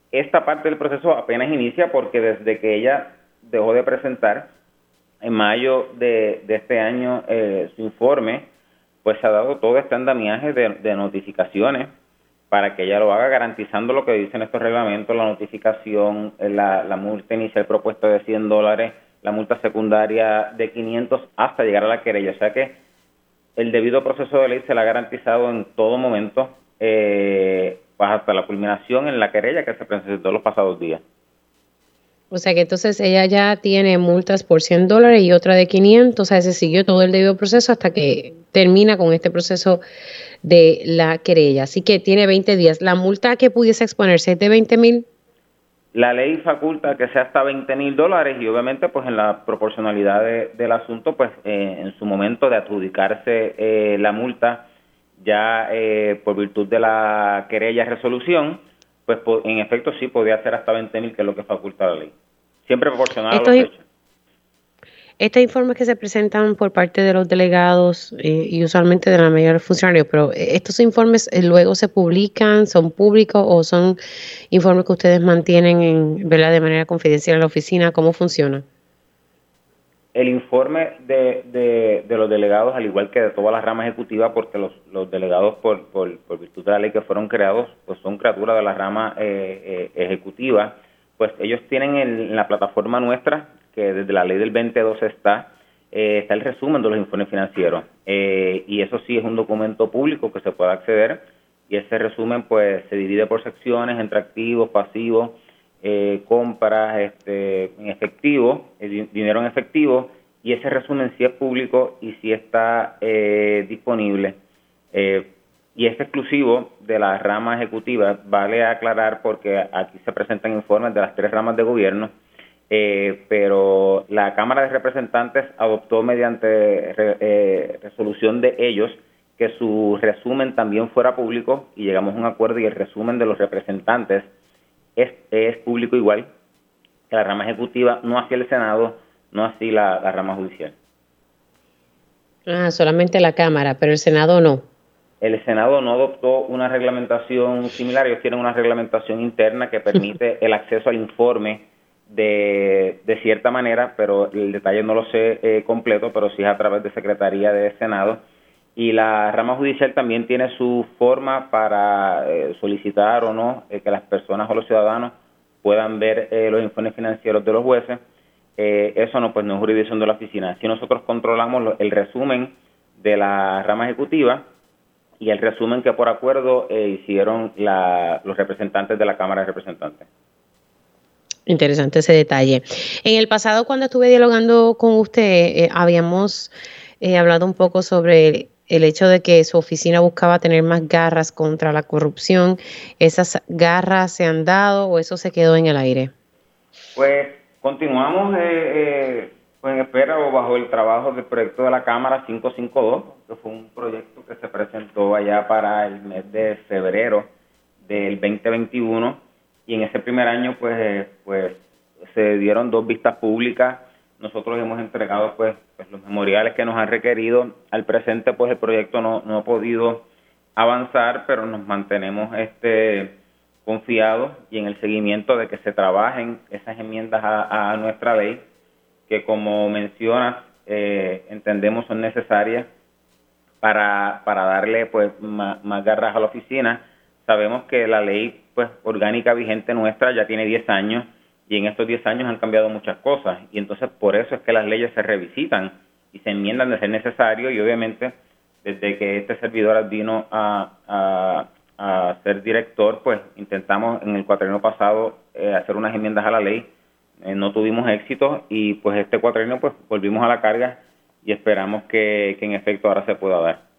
esta parte del proceso apenas inicia porque desde que ella dejó de presentar en mayo de este año su informe, pues se ha dado todo este andamiaje de notificaciones para que ella lo haga, garantizando lo que dicen estos reglamentos, la notificación, la multa inicial propuesta de $100, la multa secundaria de 500 hasta llegar a la querella. O sea que el debido proceso de ley se le ha garantizado en todo momento, pues hasta la culminación en la querella que se presentó los pasados días. O sea que entonces ella ya tiene multas por $100 y otra de 500, o sea, se siguió todo el debido proceso hasta que termina con este proceso de la querella. Así que tiene 20 días. ¿La multa que pudiese exponerse es de $20,000? La ley faculta que sea hasta $20,000 y obviamente pues en la proporcionalidad del asunto, pues en su momento de adjudicarse la multa ya por virtud de la querella resolución, pues en efecto sí podría ser hasta $20,000, que es lo que faculta la ley. Siempre proporcional a los hechos. Estos informes que se presentan por parte de los delegados y usualmente de la mayoría de los funcionarios, pero estos informes luego se publican, son públicos o son informes que ustedes mantienen ¿verdad? De manera confidencial en la oficina. ¿Cómo funciona? El informe de los delegados, al igual que de todas las ramas ejecutivas, porque los delegados por virtud de la ley que fueron creados, pues son criaturas de la rama ejecutiva, pues ellos tienen en la plataforma nuestra, que desde la ley del 2012 está el resumen de los informes financieros, y eso sí es un documento público que se puede acceder, y ese resumen pues se divide por secciones entre activos, pasivos, compras en efectivo, dinero en efectivo, y ese resumen sí es público y sí está disponible, y es exclusivo de la rama ejecutiva. Vale aclarar porque aquí se presentan informes de las 3 ramas de gobierno, pero la Cámara de Representantes adoptó mediante resolución de ellos que su resumen también fuera público, y llegamos a un acuerdo, y el resumen de los representantes es público igual que la rama ejecutiva, no así el Senado, no así la rama judicial. Solamente la Cámara, pero el Senado no. El Senado no adoptó una reglamentación similar. Ellos tienen una reglamentación interna que permite el acceso al informe de cierta manera, pero el detalle no lo sé completo, pero sí es a través de Secretaría de Senado. Y la rama judicial también tiene su forma para solicitar o no que las personas o los ciudadanos puedan ver los informes financieros de los jueces. Eso no, pues no es jurisdicción de la oficina. Si nosotros controlamos el resumen de la rama ejecutiva y el resumen que por acuerdo hicieron los representantes de la Cámara de Representantes. Interesante ese detalle. En el pasado, cuando estuve dialogando con usted, habíamos hablado un poco sobre el hecho de que su oficina buscaba tener más garras contra la corrupción. ¿Esas garras se han dado o eso se quedó en el aire? Pues continuamos pues en espera o bajo el trabajo del proyecto de la Cámara 552, que fue un proyecto que se presentó allá para el mes de febrero del 2021, y en ese primer año pues se dieron 2 vistas públicas. Nosotros hemos entregado pues los memoriales que nos han requerido. Al presente pues el proyecto no ha podido avanzar, pero nos mantenemos confiados y en el seguimiento de que se trabajen esas enmiendas a nuestra ley, que como mencionas entendemos son necesarias para darle pues más garras a la oficina. Sabemos que la ley pues orgánica vigente nuestra ya tiene 10 años, y en estos 10 años han cambiado muchas cosas, y entonces por eso es que las leyes se revisitan y se enmiendan de ser necesario. Y obviamente desde que este servidor vino a ser director, pues intentamos en el cuatrienio pasado hacer unas enmiendas a la ley, no tuvimos éxito, y pues este cuatrienio pues volvimos a la carga y esperamos que en efecto ahora se pueda dar.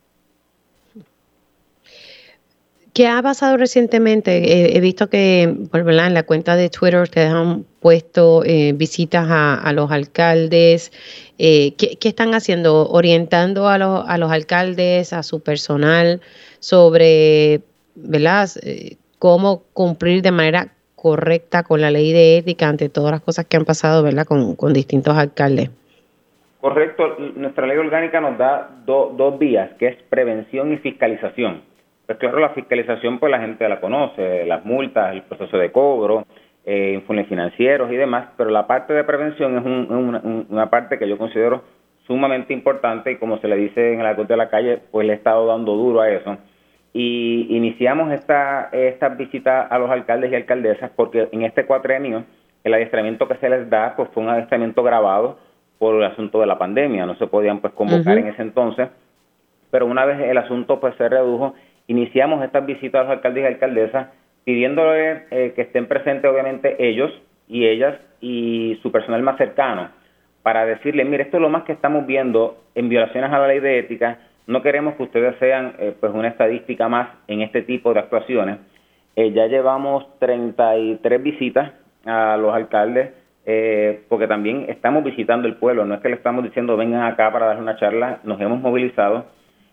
¿Qué ha pasado recientemente? He visto que ¿verdad? En la cuenta de Twitter ustedes han puesto visitas a los alcaldes. ¿Qué están haciendo? Orientando a los alcaldes, a su personal, sobre ¿verdad? Cómo cumplir de manera correcta con la ley de ética ante todas las cosas que han pasado, ¿verdad? Con distintos alcaldes. Correcto. Nuestra ley orgánica nos da dos vías, que es prevención y fiscalización. pues claro, la fiscalización pues la gente la conoce, las multas, el proceso de cobro, informes financieros y demás, pero la parte de prevención es una parte que yo considero sumamente importante y como se le dice en el alcohol de la calle, pues le he estado dando duro a eso. Y iniciamos esta visita a los alcaldes y alcaldesas porque en este cuatrenio el adiestramiento que se les da pues fue un adiestramiento grabado por el asunto de la pandemia, no se podían pues convocar en ese entonces, pero una vez el asunto pues se redujo, iniciamos estas visitas a los alcaldes y alcaldesas pidiéndole que estén presentes obviamente ellos y ellas y su personal más cercano para decirle, mire, esto es lo más que estamos viendo en violaciones a la ley de ética, no queremos que ustedes sean pues una estadística más en este tipo de actuaciones. Ya llevamos 33 visitas a los alcaldes, porque también estamos visitando el pueblo, no es que le estamos diciendo vengan acá para dar una charla, nos hemos movilizado.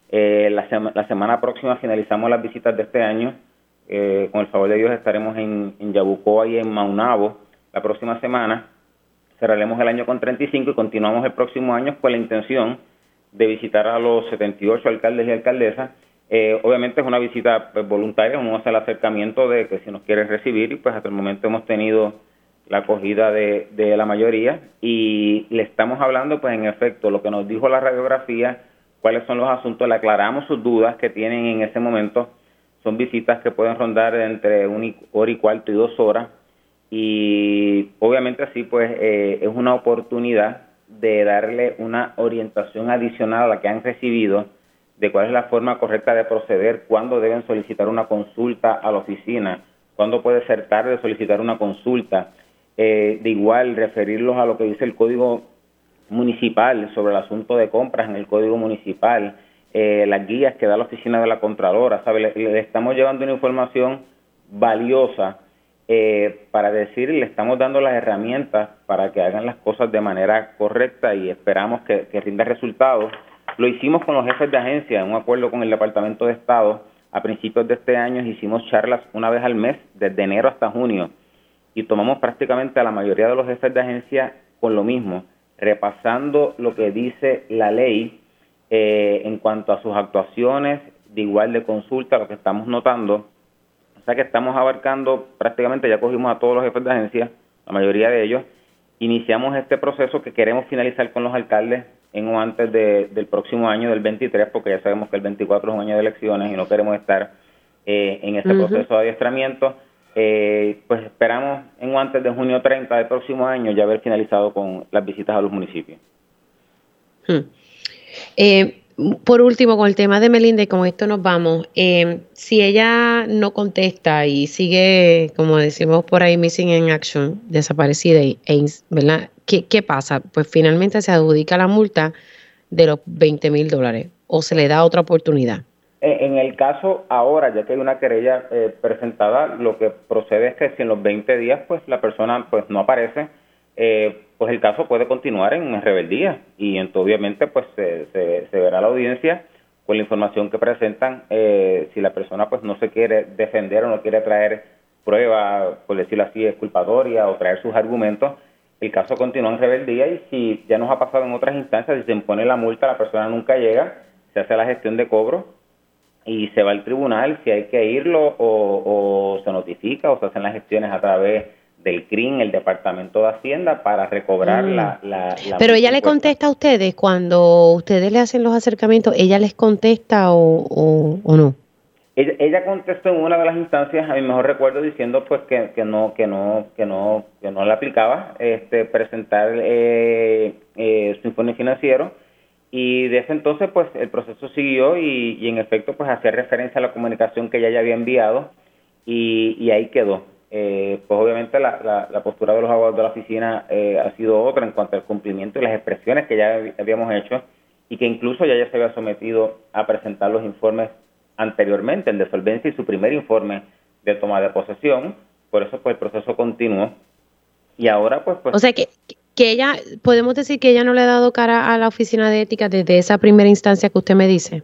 La semana próxima finalizamos las visitas de este año, con el favor de Dios estaremos en Yabucoa y en Maunabo la próxima semana, cerraremos el año con 35 y continuamos el próximo año con la intención de visitar a los 78 alcaldes y alcaldesas. Obviamente es una visita pues, voluntaria, uno hace el acercamiento de que si nos quiere recibir y pues hasta el momento hemos tenido la acogida de la mayoría y le estamos hablando pues en efecto lo que nos dijo la radiografía, cuáles son los asuntos, le aclaramos sus dudas que tienen en ese momento, son visitas que pueden rondar entre 1 hora y cuarto y 2 horas y obviamente así pues es una oportunidad de darle una orientación adicional a la que han recibido de cuál es la forma correcta de proceder, cuándo deben solicitar una consulta a la oficina, cuándo puede ser tarde solicitar una consulta, de igual referirlos a lo que dice el Código Municipal sobre el asunto de compras en el Código Municipal, las guías que da la oficina de la Contralora, ¿sabe? Le estamos llevando una información valiosa para decir, le estamos dando las herramientas para que hagan las cosas de manera correcta y esperamos que rinda resultados. Lo hicimos con los jefes de agencia en un acuerdo con el Departamento de Estado. A principios de este año hicimos charlas una vez al mes, desde enero hasta junio, y tomamos prácticamente a la mayoría de los jefes de agencia con lo mismo, repasando lo que dice la ley en cuanto a sus actuaciones, de igual de consulta, lo que estamos notando. O sea que estamos abarcando, prácticamente ya cogimos a todos los jefes de agencia, la mayoría de ellos. Iniciamos este proceso que queremos finalizar con los alcaldes en o antes del próximo año, del 23, porque ya sabemos que el 24 es un año de elecciones y no queremos estar en ese proceso de adiestramiento. Pues esperamos en o antes de junio 30 del próximo año ya haber finalizado con las visitas a los municipios. Por último, con el tema de Melinda, y con esto nos vamos, si ella no contesta y sigue, como decimos por ahí, missing in action, desaparecida, ¿verdad? ¿Qué pasa? Pues finalmente se adjudica la multa de los $20,000 o se le da otra oportunidad. En el caso ahora, ya que hay una querella presentada, lo que procede es que si en los 20 días pues la persona pues no aparece, pues el caso puede continuar en rebeldía y entonces obviamente pues se verá la audiencia con la información que presentan. Si la persona pues no se quiere defender o no quiere traer prueba, por decirlo así, exculpatoria o traer sus argumentos, el caso continúa en rebeldía y si ya nos ha pasado en otras instancias, si se impone la multa, la persona nunca llega, se hace la gestión de cobro y se va al tribunal si hay que irlo o se notifica o se hacen las gestiones a través del CRIM, el Departamento de Hacienda, para recobrar la Pero ella le contesta a ustedes cuando ustedes le hacen los acercamientos, ¿ella les contesta o no? Ella contestó en una de las instancias, a mi mejor recuerdo, diciendo pues que no le aplicaba presentar su informe financiero. Y de ese entonces, pues, el proceso siguió y en efecto, pues, hacía referencia a la comunicación que ella ya había enviado y ahí quedó. Pues, obviamente, la postura de los abogados de la oficina ha sido otra en cuanto al cumplimiento y las expresiones que ya habíamos hecho y que incluso ya se había sometido a presentar los informes anteriormente, el de solvencia y su primer informe de toma de posesión. Por eso, pues, el proceso continuó. Y ahora, pues... O sea que ella, podemos decir que ella no le ha dado cara a la oficina de ética desde esa primera instancia que usted me dice.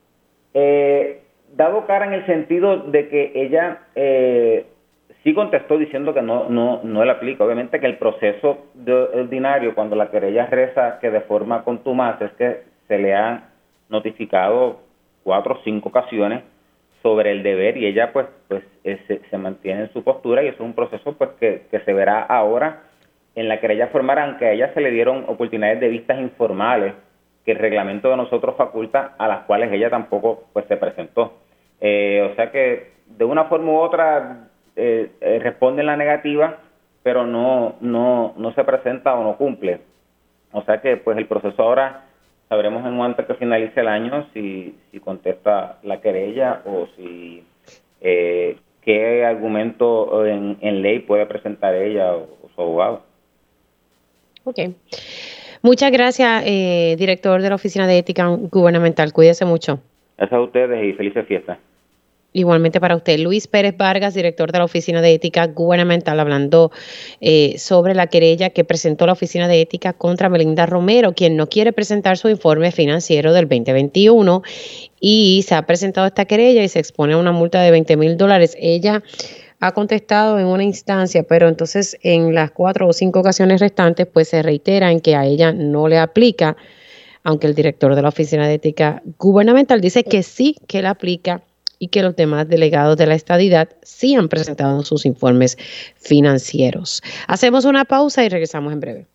Dado cara en el sentido de que ella sí contestó diciendo que no le aplica. Obviamente que el proceso ordinario, cuando la querella reza que de forma contumaz es que se le han notificado 4 o 5 ocasiones sobre el deber, y ella pues se mantiene en su postura, y eso es un proceso pues que se verá ahora en la querella formal, aunque a ella se le dieron oportunidades de vistas informales que el reglamento de nosotros faculta, a las cuales ella tampoco pues se presentó. O sea que de una forma u otra responde en la negativa, pero no se presenta o no cumple. O sea que pues el proceso ahora sabremos en cuanto que finalice el año si contesta la querella o si qué argumento en ley puede presentar ella o su abogado. Ok. Muchas gracias, director de la Oficina de Ética Gubernamental. Cuídese mucho. Gracias a ustedes y felices fiestas. Igualmente para usted. Luis Pérez Vargas, director de la Oficina de Ética Gubernamental, hablando sobre la querella que presentó la Oficina de Ética contra Melinda Romero, quien no quiere presentar su informe financiero del 2021, y se ha presentado esta querella y se expone a una multa de $20,000. Ella ha contestado en una instancia, pero entonces en las 4 o 5 ocasiones restantes pues se reitera en que a ella no le aplica, aunque el director de la Oficina de Ética Gubernamental dice que sí, que le aplica, y que los demás delegados de la estadidad sí han presentado sus informes financieros. Hacemos una pausa y regresamos en breve.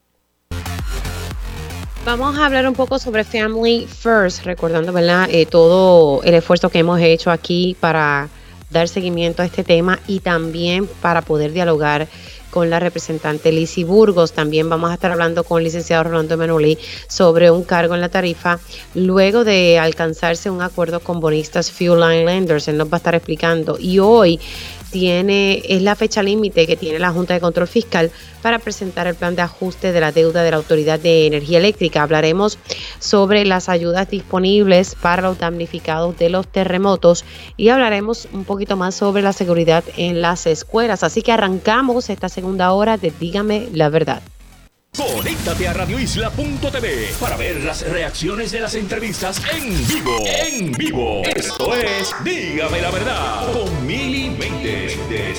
Vamos a hablar un poco sobre Family First, recordando, ¿verdad?, todo el esfuerzo que hemos hecho aquí para dar seguimiento a este tema y también para poder dialogar con la representante Lizy Burgos. También vamos a estar hablando con el licenciado Rolando Emanueli sobre un cargo en la tarifa luego de alcanzarse un acuerdo con Bonistas Fuel Line Lenders. Él nos va a estar explicando. Y hoy es la fecha límite que tiene la Junta de Control Fiscal para presentar el plan de ajuste de la deuda de la Autoridad de Energía Eléctrica. Hablaremos sobre las ayudas disponibles para los damnificados de los terremotos y hablaremos un poquito más sobre la seguridad en las escuelas. Así que arrancamos esta segunda hora de Dígame la Verdad. Conéctate a radioisla.tv para ver las reacciones de las entrevistas en vivo. En vivo. Esto es Dígame la Verdad con Mili Méndez.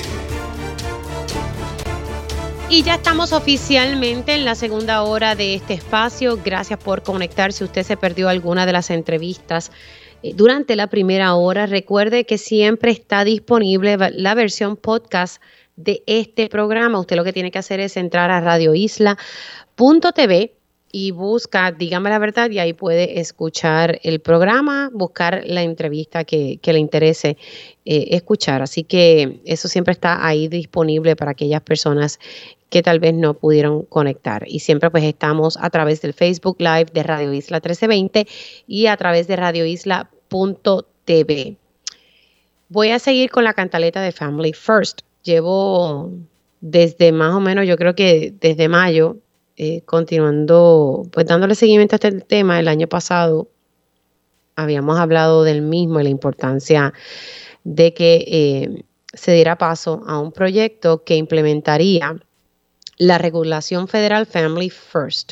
Y ya estamos oficialmente en la segunda hora de este espacio. Gracias por conectarse. Si usted se perdió alguna de las entrevistas durante la primera hora, recuerde que siempre está disponible la versión podcast de este programa. Usted lo que tiene que hacer es entrar a radioisla.tv y busca Dígame la Verdad, y ahí puede escuchar el programa, buscar la entrevista que le interese escuchar. Así que eso siempre está ahí disponible para aquellas personas que tal vez no pudieron conectar. Y siempre pues estamos a través del Facebook Live de Radio Isla 1320 y a través de radioisla.tv. Voy a seguir con la cantaleta de Family First. Llevo desde más o menos, yo creo que desde mayo, continuando, pues dándole seguimiento a este tema. El año pasado habíamos hablado del mismo y la importancia de que se diera paso a un proyecto que implementaría la regulación federal Family First.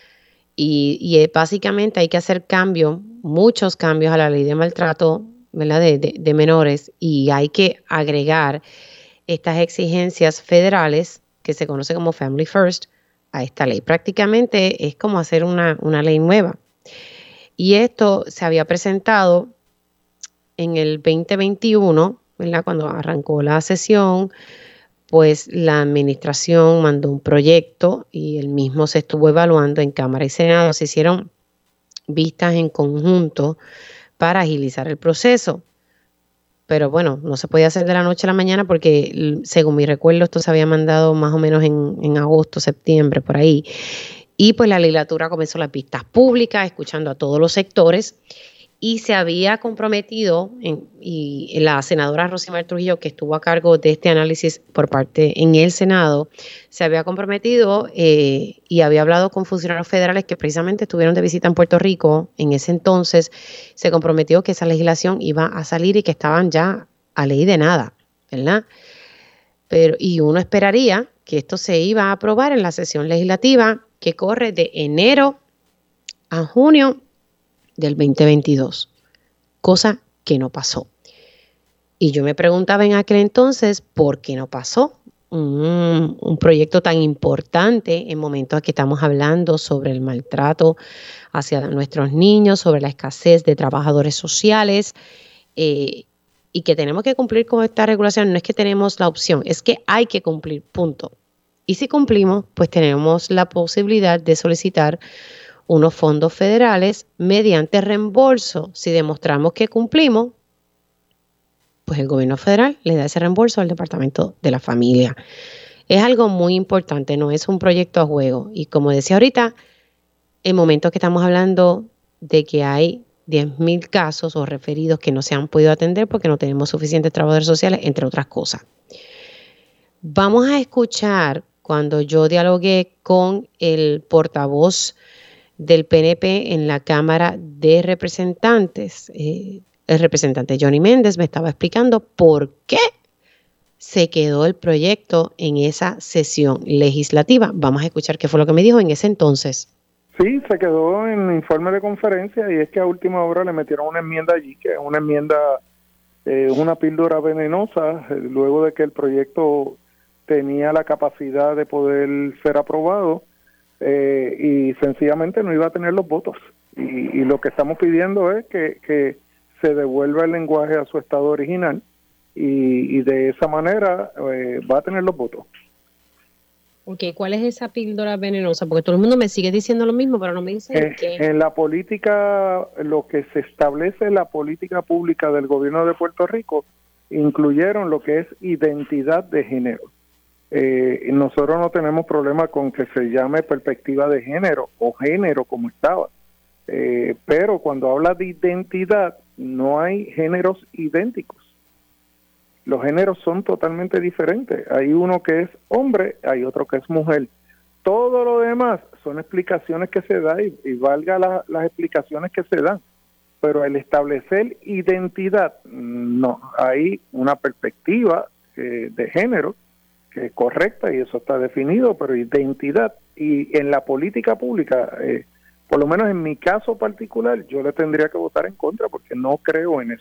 Y básicamente hay que hacer muchos cambios a la ley de maltrato, ¿verdad?, de menores, y hay que agregar estas exigencias federales que se conoce como Family First a esta ley. Prácticamente es como hacer una ley nueva. Y esto se había presentado en el 2021, ¿verdad?, cuando arrancó la sesión, pues la administración mandó un proyecto y el mismo se estuvo evaluando en Cámara y Senado. Se hicieron vistas en conjunto para agilizar el proceso. Pero bueno, no se podía hacer de la noche a la mañana porque, según mi recuerdo, esto se había mandado más o menos en agosto, septiembre, por ahí. Y pues la legislatura comenzó las vistas públicas, escuchando a todos los sectores, y se había comprometido, y la senadora Rosimar Trujillo, que estuvo a cargo de este análisis por parte en el Senado, se había comprometido y había hablado con funcionarios federales que precisamente estuvieron de visita en Puerto Rico. En ese entonces se comprometió que esa legislación iba a salir y que estaban ya a ley de nada, ¿verdad? Y uno esperaría que esto se iba a aprobar en la sesión legislativa que corre de enero a junio del 2022, cosa que no pasó. Y yo me preguntaba en aquel entonces, ¿por qué no pasó? Un proyecto tan importante en momentos que estamos hablando sobre el maltrato hacia nuestros niños, sobre la escasez de trabajadores sociales, y y que tenemos que cumplir con esta regulación, no es que tenemos la opción, es que hay que cumplir, punto. Y si cumplimos, pues tenemos la posibilidad de solicitar unos fondos federales mediante reembolso. Si demostramos que cumplimos, pues el gobierno federal le da ese reembolso al Departamento de la Familia. Es algo muy importante, no es un proyecto a juego. Y como decía ahorita, en momentos que estamos hablando de que hay 10,000 casos o referidos que no se han podido atender porque no tenemos suficientes trabajadores sociales, entre otras cosas. Vamos a escuchar cuando yo dialogué con el portavoz del PNP en la Cámara de Representantes. El representante Johnny Méndez me estaba explicando por qué se quedó el proyecto en esa sesión legislativa. Vamos a escuchar qué fue lo que me dijo en ese entonces. Sí, se quedó en el informe de conferencia y es que a última hora le metieron una enmienda allí, que es una enmienda, una píldora venenosa, luego de que el proyecto tenía la capacidad de poder ser aprobado y sencillamente no iba a tener los votos. Y lo que estamos pidiendo es que se devuelva el lenguaje a su estado original y de esa manera va a tener los votos. Ok, ¿cuál es esa píldora venenosa? Porque todo el mundo me sigue diciendo lo mismo, pero no me dicen qué. En la política, lo que se establece en la política pública del gobierno de Puerto Rico, incluyeron lo que es identidad de género. Nosotros no tenemos problema con que se llame perspectiva de género o género como estaba, pero cuando habla de identidad, no hay géneros idénticos. Los géneros son totalmente diferentes. Hay uno que es hombre, hay otro que es mujer. Todo lo demás son explicaciones que se dan y valga las explicaciones que se dan. Pero al establecer identidad, no. Hay una perspectiva de género que es correcta y eso está definido, pero identidad. Y en la política pública, por lo menos en mi caso particular, yo le tendría que votar en contra porque no creo en eso.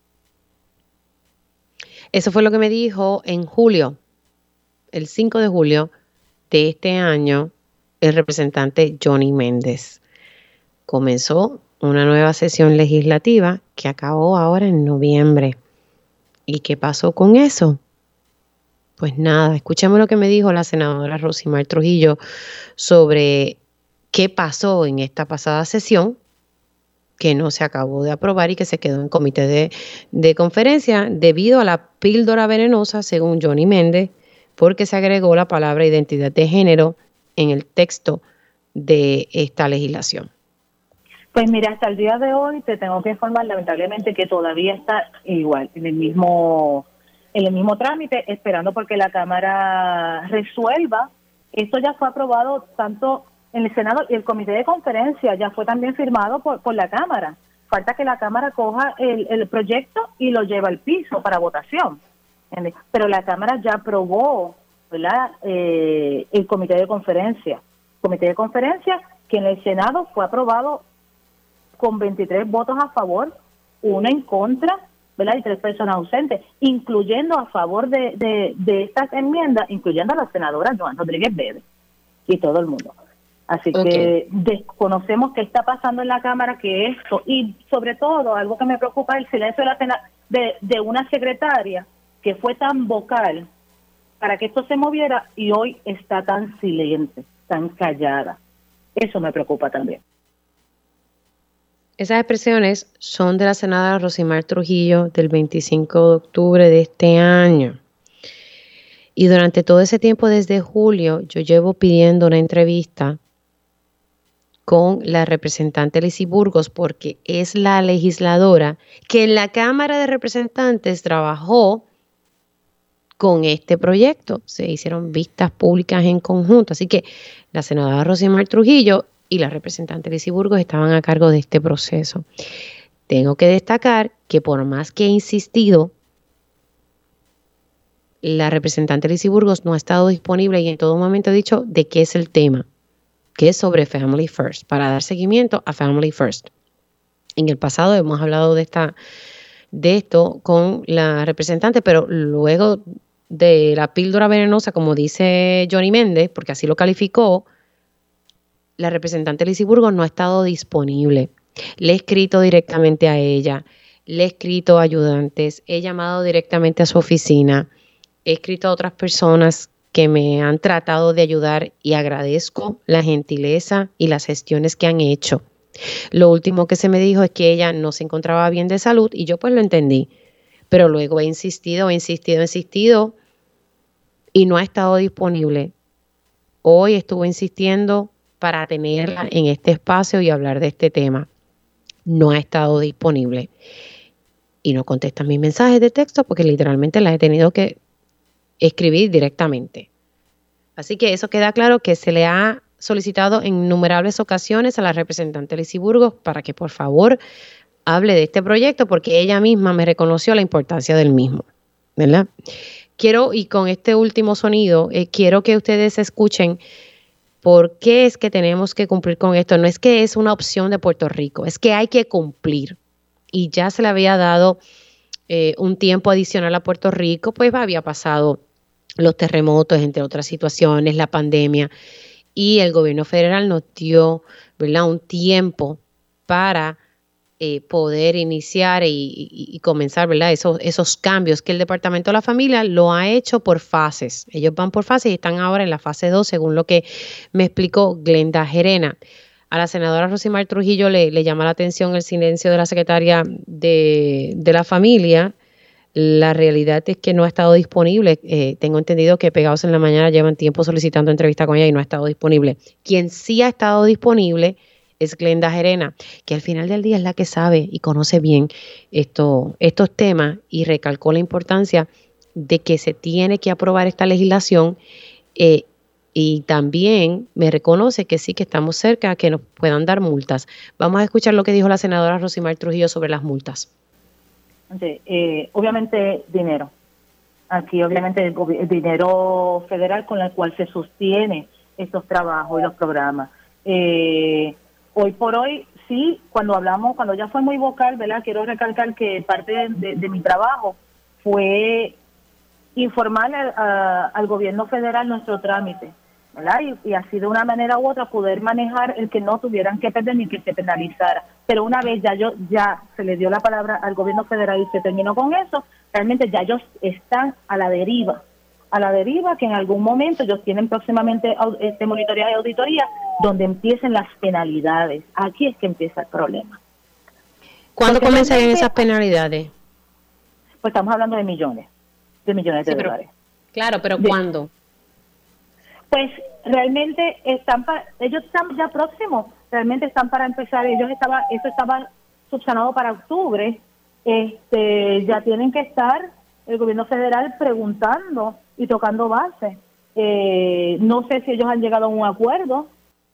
Eso fue lo que me dijo en julio, el 5 de julio de este año, el representante Johnny Méndez. Comenzó una nueva sesión legislativa que acabó ahora en noviembre. ¿Y qué pasó con eso? Pues nada, escuchemos lo que me dijo la senadora Rosimar Trujillo sobre qué pasó en esta pasada sesión, que no se acabó de aprobar y que se quedó en comité de conferencia debido a la píldora venenosa, según Johnny Méndez, porque se agregó la palabra identidad de género en el texto de esta legislación. Pues mira, hasta el día de hoy te tengo que informar lamentablemente que todavía está igual, en el mismo trámite, esperando porque la Cámara resuelva. Esto ya fue aprobado tanto en el Senado y el comité de conferencia ya fue también firmado por la Cámara. Falta que la Cámara coja el proyecto y lo lleve al piso para votación. ¿Entiendes? Pero la Cámara ya aprobó, ¿verdad? El comité de conferencia. Comité de conferencia que en el Senado fue aprobado con 23 votos a favor, 1 en contra, ¿verdad? Y 3 personas ausentes, incluyendo a favor de estas enmiendas, incluyendo a la senadora Joan Rodríguez Bebe y todo el mundo. Así que desconocemos qué está pasando en la Cámara, que esto, y sobre todo, algo que me preocupa es el silencio de una secretaria que fue tan vocal para que esto se moviera y hoy está tan silente, tan callada. Eso me preocupa también. Esas expresiones son de la senadora Rosimar Trujillo del 25 de octubre de este año. Y durante todo ese tiempo, desde julio, yo llevo pidiendo una entrevista con la representante Lizy Burgos, porque es la legisladora que en la Cámara de Representantes trabajó con este proyecto. Se hicieron vistas públicas en conjunto. Así que la senadora Rosimar Trujillo y la representante Lizy Burgos estaban a cargo de este proceso. Tengo que destacar que por más que he insistido, la representante Lizy Burgos no ha estado disponible y en todo momento ha dicho de qué es el tema, que es sobre Family First, para dar seguimiento a Family First. En el pasado hemos hablado de esto con la representante, pero luego de la píldora venenosa, como dice Johnny Méndez, porque así lo calificó, la representante Lizy Burgos no ha estado disponible. Le he escrito directamente a ella. le he escrito a ayudantes, he llamado directamente a su oficina, he escrito a otras personas que me han tratado de ayudar y agradezco la gentileza y las gestiones que han hecho. Lo último que se me dijo es que ella no se encontraba bien de salud y yo pues lo entendí, pero luego he insistido y no ha estado disponible. Hoy estuvo insistiendo para tenerla en este espacio y hablar de este tema. No ha estado disponible y no contesta mis mensajes de texto porque literalmente las he tenido que escribir directamente. Así que eso queda claro que se le ha solicitado en innumerables ocasiones a la representante Lizy Burgos para que por favor hable de este proyecto porque ella misma me reconoció la importancia del mismo, ¿verdad? Quiero, y con este último sonido, quiero que ustedes escuchen por qué es que tenemos que cumplir con esto. No es que es una opción de Puerto Rico, es que hay que cumplir. Y ya se le había dado un tiempo adicional a Puerto Rico, pues había pasado los terremotos, entre otras situaciones, la pandemia, y el gobierno federal nos dio, ¿verdad?, un tiempo para poder iniciar y comenzar, ¿verdad?, esos cambios que el Departamento de la Familia lo ha hecho por fases. Ellos van por fases y están ahora en la fase 2, según lo que me explicó Glenda Gerena. A la senadora Rosimar Trujillo le llama la atención el silencio de la secretaria de la Familia. La realidad es que no ha estado disponible. Tengo entendido que Pegados en la Mañana llevan tiempo solicitando entrevista con ella y no ha estado disponible. Quien sí ha estado disponible es Glenda Gerena, que al final del día es la que sabe y conoce bien estos temas y recalcó la importancia de que se tiene que aprobar esta legislación y también me reconoce que sí que estamos cerca a que nos puedan dar multas. Vamos a escuchar lo que dijo la senadora Rosimar Trujillo sobre las multas. Obviamente dinero. Aquí obviamente el dinero federal con el cual se sostiene estos trabajos y los programas. Hoy por hoy, sí, cuando ya fue muy vocal, ¿verdad? Quiero recalcar que parte de mi trabajo fue informar al gobierno federal nuestro trámite, ¿verdad? Y así de una manera u otra poder manejar el que no tuvieran que perder ni que se penalizara. Pero una vez ya se le dio la palabra al gobierno federal y se terminó con eso, realmente ya ellos están a la deriva, que en algún momento ellos tienen próximamente monitoría y auditoría donde empiecen las penalidades. Aquí es que empieza el problema. ¿Cuándo comenzarían esas penalidades? Pues estamos hablando de millones de dólares. Claro, pero ¿cuándo? Pues realmente ellos están ya próximos, realmente están para empezar. Eso estaba subsanado para octubre. Ya tienen que estar el gobierno federal preguntando y tocando base. No sé si ellos han llegado a un acuerdo.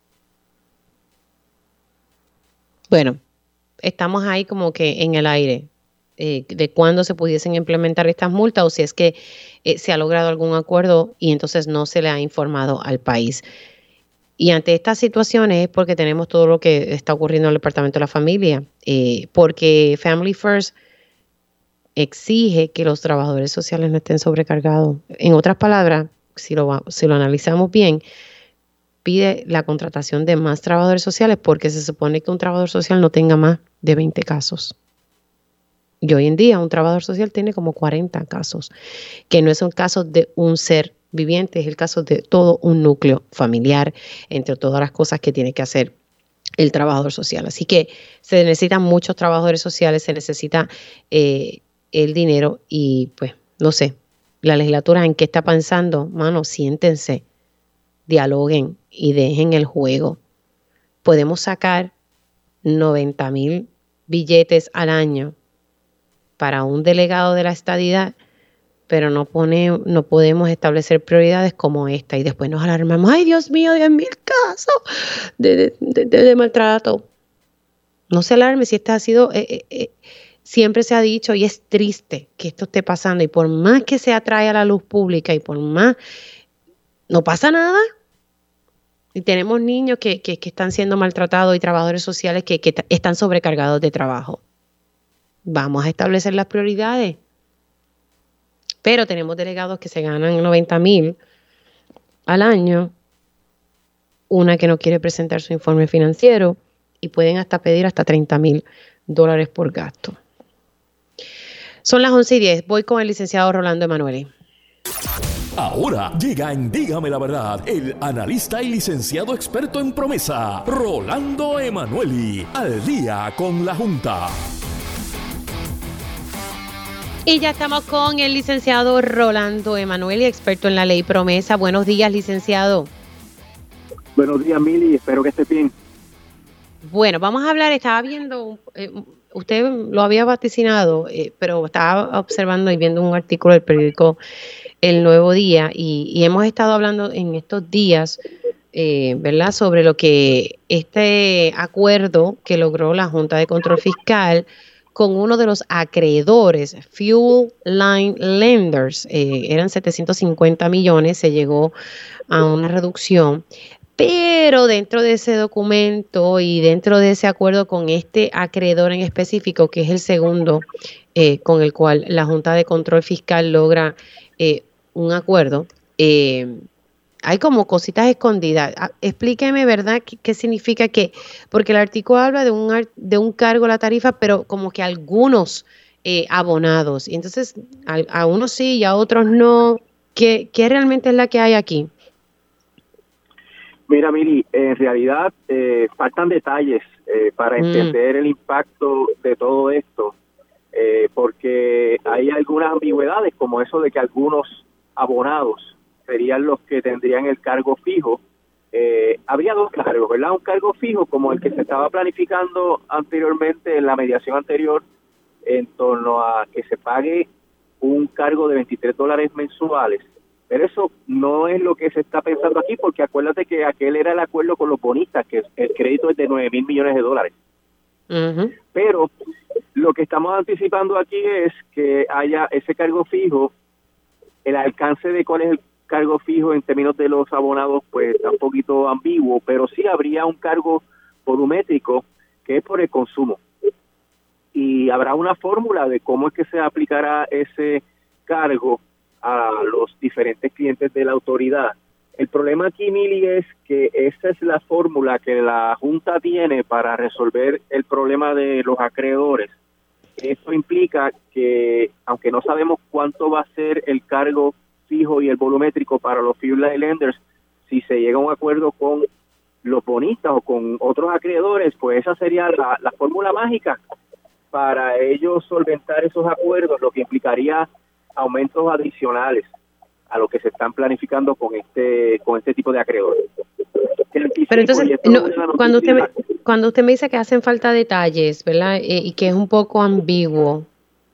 Bueno, estamos ahí como que en el aire de cuándo se pudiesen implementar estas multas o si es que se ha logrado algún acuerdo y entonces no se le ha informado al país. Y ante estas situaciones es porque tenemos todo lo que está ocurriendo en el Departamento de la Familia, porque Family First exige que los trabajadores sociales no estén sobrecargados. En otras palabras, si lo analizamos bien, pide la contratación de más trabajadores sociales porque se supone que un trabajador social no tenga más de 20 casos. Y hoy en día un trabajador social tiene como 40 casos, que no es un caso de un ser viviente, es el caso de todo un núcleo familiar, entre todas las cosas que tiene que hacer el trabajador social. Así que se necesitan muchos trabajadores sociales, se necesita el dinero y pues no sé, la legislatura en qué está pensando, mano, siéntense, dialoguen y dejen el juego. Podemos sacar 90,000 billetes al año para un delegado de la estadidad, pero no podemos establecer prioridades como esta y después nos alarmamos, ay Dios mío, 10,000 casos de maltrato. No se alarme si esta ha sido, siempre se ha dicho y es triste que esto esté pasando y por más que se atrae a la luz pública y por más, no pasa nada. Y tenemos niños que están siendo maltratados y trabajadores sociales que están sobrecargados de trabajo. Vamos a establecer las prioridades. Pero tenemos delegados que se ganan 90,000 al año, una que no quiere presentar su informe financiero y pueden hasta pedir hasta $30,000 por gasto. Son las 11:10. Voy con el licenciado Rolando Emanueli. Ahora llega en Dígame la Verdad el analista y licenciado experto en promesa, Rolando Emanueli, al día con la Junta. Y ya estamos con el licenciado Rolando Emanueli, experto en la ley promesa. Buenos días, licenciado. Buenos días, Mili. Espero que esté bien. Bueno, vamos a hablar. Estaba viendo, usted lo había vaticinado, pero estaba observando y viendo un artículo del periódico El Nuevo Día y hemos estado hablando en estos días, ¿verdad?, sobre lo que este acuerdo que logró la Junta de Control Fiscal con uno de los acreedores, Fuel Line Lenders, eran 750 millones, se llegó a una reducción, pero dentro de ese documento y dentro de ese acuerdo con este acreedor en específico, que es el segundo con el cual la Junta de Control Fiscal logra un acuerdo, hay como cositas escondidas. Explíqueme, ¿verdad?, qué significa que, porque el artículo habla de un cargo a la tarifa, pero como que algunos abonados, y entonces a unos sí y a otros no. ¿Qué realmente es la que hay aquí? Mira, Miri, en realidad faltan detalles para entender el impacto de todo esto, porque hay algunas ambigüedades, como eso de que algunos abonados serían los que tendrían el cargo fijo. Habría dos cargos, ¿verdad? Un cargo fijo como el que se estaba planificando anteriormente en la mediación anterior, en torno a que se pague un cargo de $23 mensuales. Pero eso no es lo que se está pensando aquí, porque acuérdate que aquel era el acuerdo con los bonistas, que el crédito es de $9,000 millones. Uh-huh. Pero lo que estamos anticipando aquí es que haya ese cargo fijo. El alcance de cuál es el cargo fijo en términos de los abonados, pues está un poquito ambiguo, pero sí habría un cargo volumétrico que es por el consumo. Y habrá una fórmula de cómo es que se aplicará ese cargo a los diferentes clientes de la autoridad. El problema aquí, Mili, es que esa es la fórmula que la Junta tiene para resolver el problema de los acreedores. Esto implica que, aunque no sabemos cuánto va a ser el cargo fijo y el volumétrico para los Fuel Line Lenders, si se llega a un acuerdo con los bonistas o con otros acreedores, pues esa sería la fórmula mágica para ellos solventar esos acuerdos, lo que implicaría aumentos adicionales a lo que se están planificando con este tipo de acreedores. Pero entonces, cuando usted me dice que hacen falta detalles, ¿verdad? Y que es un poco ambiguo,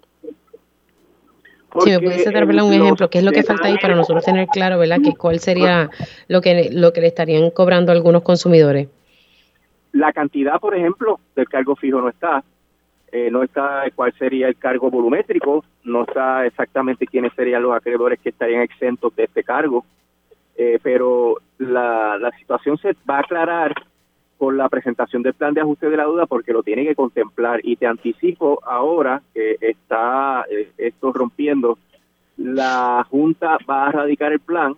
si me pudiese dar, ¿verdad?, un ejemplo, ¿qué es lo que falta ahí para nosotros tener claro, ¿verdad?, que cuál sería lo que le estarían cobrando a algunos consumidores? La cantidad, por ejemplo, del cargo fijo no está cuál sería el cargo volumétrico, no está exactamente quiénes serían los acreedores que estarían exentos de este cargo, pero la situación se va a aclarar con la presentación del plan de ajuste de la deuda, porque lo tiene que contemplar. Y te anticipo ahora que está esto rompiendo, la Junta va a radicar el plan,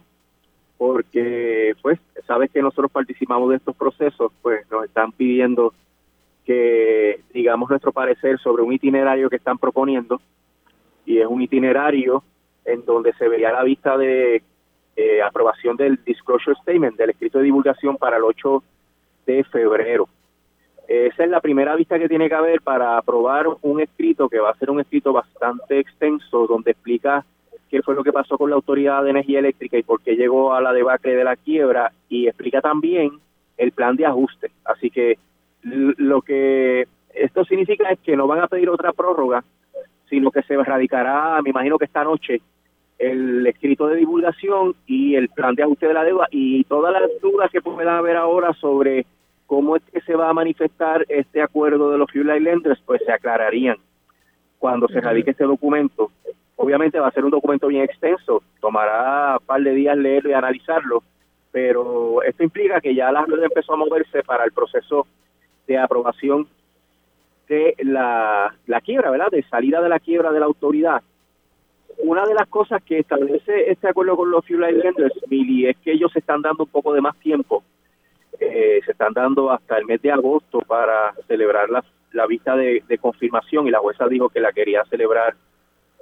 porque pues sabes que nosotros participamos de estos procesos, pues nos están pidiendo que digamos nuestro parecer sobre un itinerario que están proponiendo, y es un itinerario en donde se vería la vista de aprobación del Disclosure Statement, del escrito de divulgación para el 8 de febrero. Esa es la primera vista que tiene que haber para aprobar un escrito que va a ser un escrito bastante extenso, donde explica qué fue lo que pasó con la Autoridad de Energía Eléctrica y por qué llegó a la debacle de la quiebra, y explica también el plan de ajuste. Así que lo que esto significa es que no van a pedir otra prórroga, sino que se radicará, me imagino que esta noche, el escrito de divulgación y el plan de ajuste de la deuda, y todas las dudas que puedan haber ahora sobre cómo es que se va a manifestar este acuerdo de los Fuel Line Lenders, pues se aclararían cuando se radique este documento. Obviamente va a ser un documento bien extenso, tomará un par de días leerlo y analizarlo, pero esto implica que ya la red empezó a moverse para el proceso de aprobación de la quiebra, ¿verdad?, de salida de la quiebra de la autoridad. Una de las cosas que establece este acuerdo con los Fuel Line Lenders, Mili, es que ellos se están dando un poco de más tiempo. Se están dando hasta el mes de agosto para celebrar la vista de confirmación, y la jueza dijo que la quería celebrar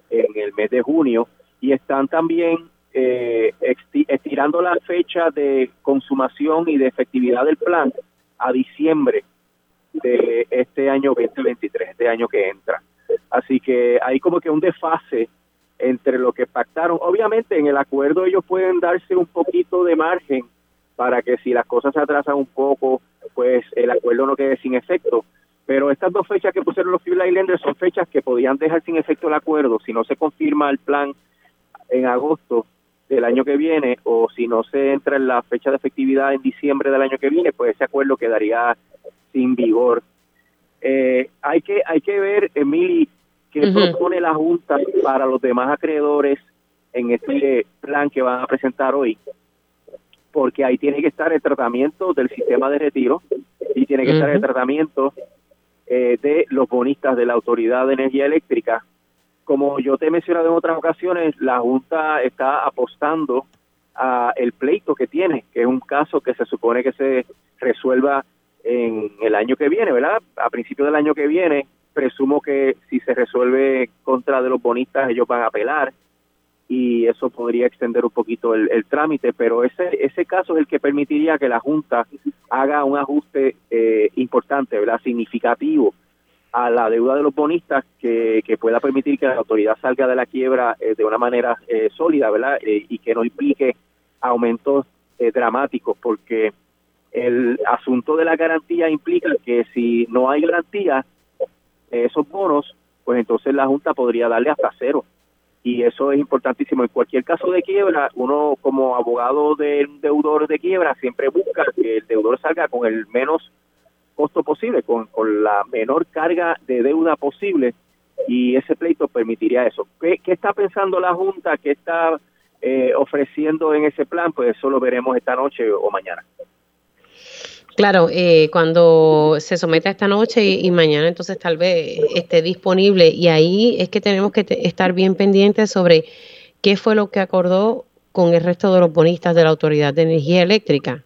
en el mes de junio, y están también estirando la fecha de consumación y de efectividad del plan a diciembre de este año 2023, este año que entra. Así que hay como que un desfase entre lo que pactaron. Obviamente en el acuerdo ellos pueden darse un poquito de margen para que si las cosas se atrasan un poco, pues el acuerdo no quede sin efecto. Pero estas dos fechas que pusieron los Fuel Islanders son fechas que podían dejar sin efecto el acuerdo si no se confirma el plan en agosto del año que viene, o si no se entra en la fecha de efectividad en diciembre del año que viene, pues ese acuerdo quedaría sin vigor. Hay que ver, Emily, qué propone la Junta para los demás acreedores en este plan que van a presentar hoy, porque ahí tiene que estar el tratamiento del sistema de retiro y tiene que estar el tratamiento de los bonistas de la Autoridad de Energía Eléctrica. Como yo te he mencionado en otras ocasiones, la Junta está apostando a el pleito que tiene, que es un caso que se supone que se resuelva en el año que viene, ¿verdad? A principios del año que viene. Presumo que si se resuelve contra de los bonistas, ellos van a apelar y eso podría extender un poquito el trámite, pero ese caso es el que permitiría que la Junta haga un ajuste importante, ¿verdad? Significativo a la deuda de los bonistas que pueda permitir que la autoridad salga de la quiebra de una manera sólida, ¿verdad? Y que no implique aumentos dramáticos, porque el asunto de la garantía implica que si no hay garantía esos bonos, pues entonces la Junta podría darle hasta cero, y eso es importantísimo. En cualquier caso de quiebra, uno como abogado del deudor de quiebra siempre busca que el deudor salga con el menos costo posible, con la menor carga de deuda posible, y ese pleito permitiría eso. ¿Qué está pensando la Junta? ¿Qué está ofreciendo en ese plan? Pues eso lo veremos esta noche o mañana. Claro, cuando se someta esta noche y mañana entonces tal vez esté disponible, y ahí es que tenemos que estar bien pendientes sobre qué fue lo que acordó con el resto de los bonistas de la Autoridad de Energía Eléctrica.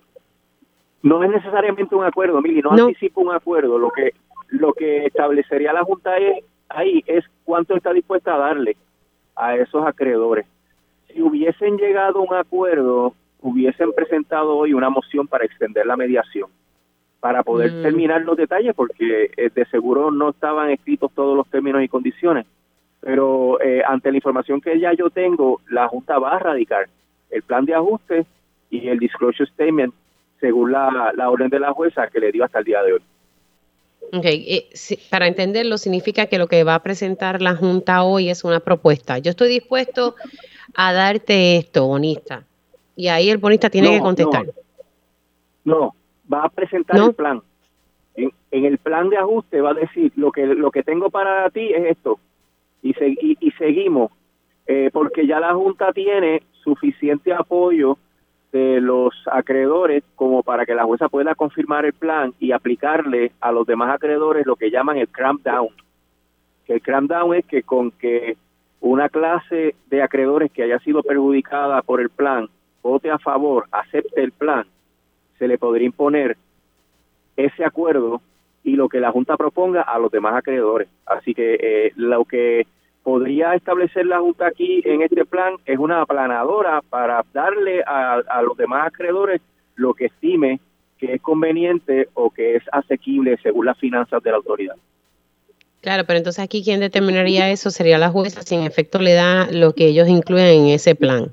No es necesariamente un acuerdo, Mili, no anticipo un acuerdo. Lo que establecería la Junta ahí es cuánto está dispuesta a darle a esos acreedores. Si hubiesen llegado a un acuerdo, hubiesen presentado hoy una moción para extender la mediación, para poder terminar los detalles, porque de seguro no estaban escritos todos los términos y condiciones. Pero ante la información que ya yo tengo, la Junta va a radicar el plan de ajuste y el disclosure statement según la orden de la jueza que le dio hasta el día de hoy. Okay. Para entenderlo, significa que lo que va a presentar la Junta hoy es una propuesta. Yo estoy dispuesto a darte esto, bonista. Y ahí el bonista tiene que contestar. No, va a presentar el plan. En el plan de ajuste va a decir, lo que tengo para ti es esto. Y seguimos, porque ya la Junta tiene suficiente apoyo de los acreedores como para que la jueza pueda confirmar el plan y aplicarle a los demás acreedores lo que llaman el cramp down. El cramp down es que con que una clase de acreedores que haya sido perjudicada por el plan vote a favor, acepte el plan, se le podría imponer ese acuerdo y lo que la Junta proponga a los demás acreedores. Así que lo que podría establecer la Junta aquí en este plan es una aplanadora para darle a los demás acreedores lo que estime que es conveniente o que es asequible según las finanzas de la autoridad. Claro, pero entonces aquí ¿quién determinaría eso? Sería la jueza, si en efecto le da lo que ellos incluyen en ese plan.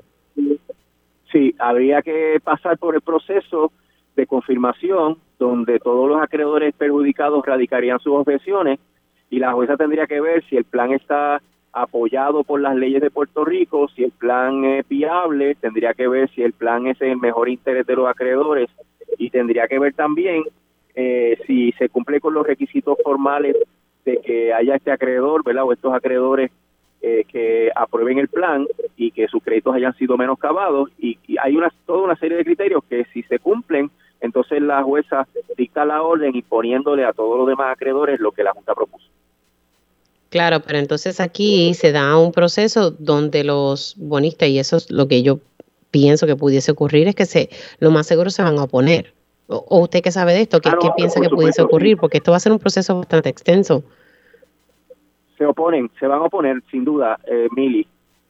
Sí, habría que pasar por el proceso de confirmación donde todos los acreedores perjudicados radicarían sus objeciones y la jueza tendría que ver si el plan está apoyado por las leyes de Puerto Rico, si el plan es viable, tendría que ver si el plan es en mejor interés de los acreedores y tendría que ver también si se cumple con los requisitos formales de que haya este acreedor, ¿verdad? O estos acreedores que aprueben el plan y que sus créditos hayan sido menoscabados y hay toda una serie de criterios que si se cumplen, entonces la jueza dicta la orden imponiéndole a todos los demás acreedores lo que la Junta propuso. Claro, pero entonces aquí se da un proceso donde los bonistas, y eso es lo que yo pienso que pudiese ocurrir, es que lo más seguro se van a oponer. ¿O usted qué sabe de esto? ¿Qué piensa que pudiese ocurrir? Porque esto va a ser un proceso bastante extenso. se van a oponer sin duda, Mili,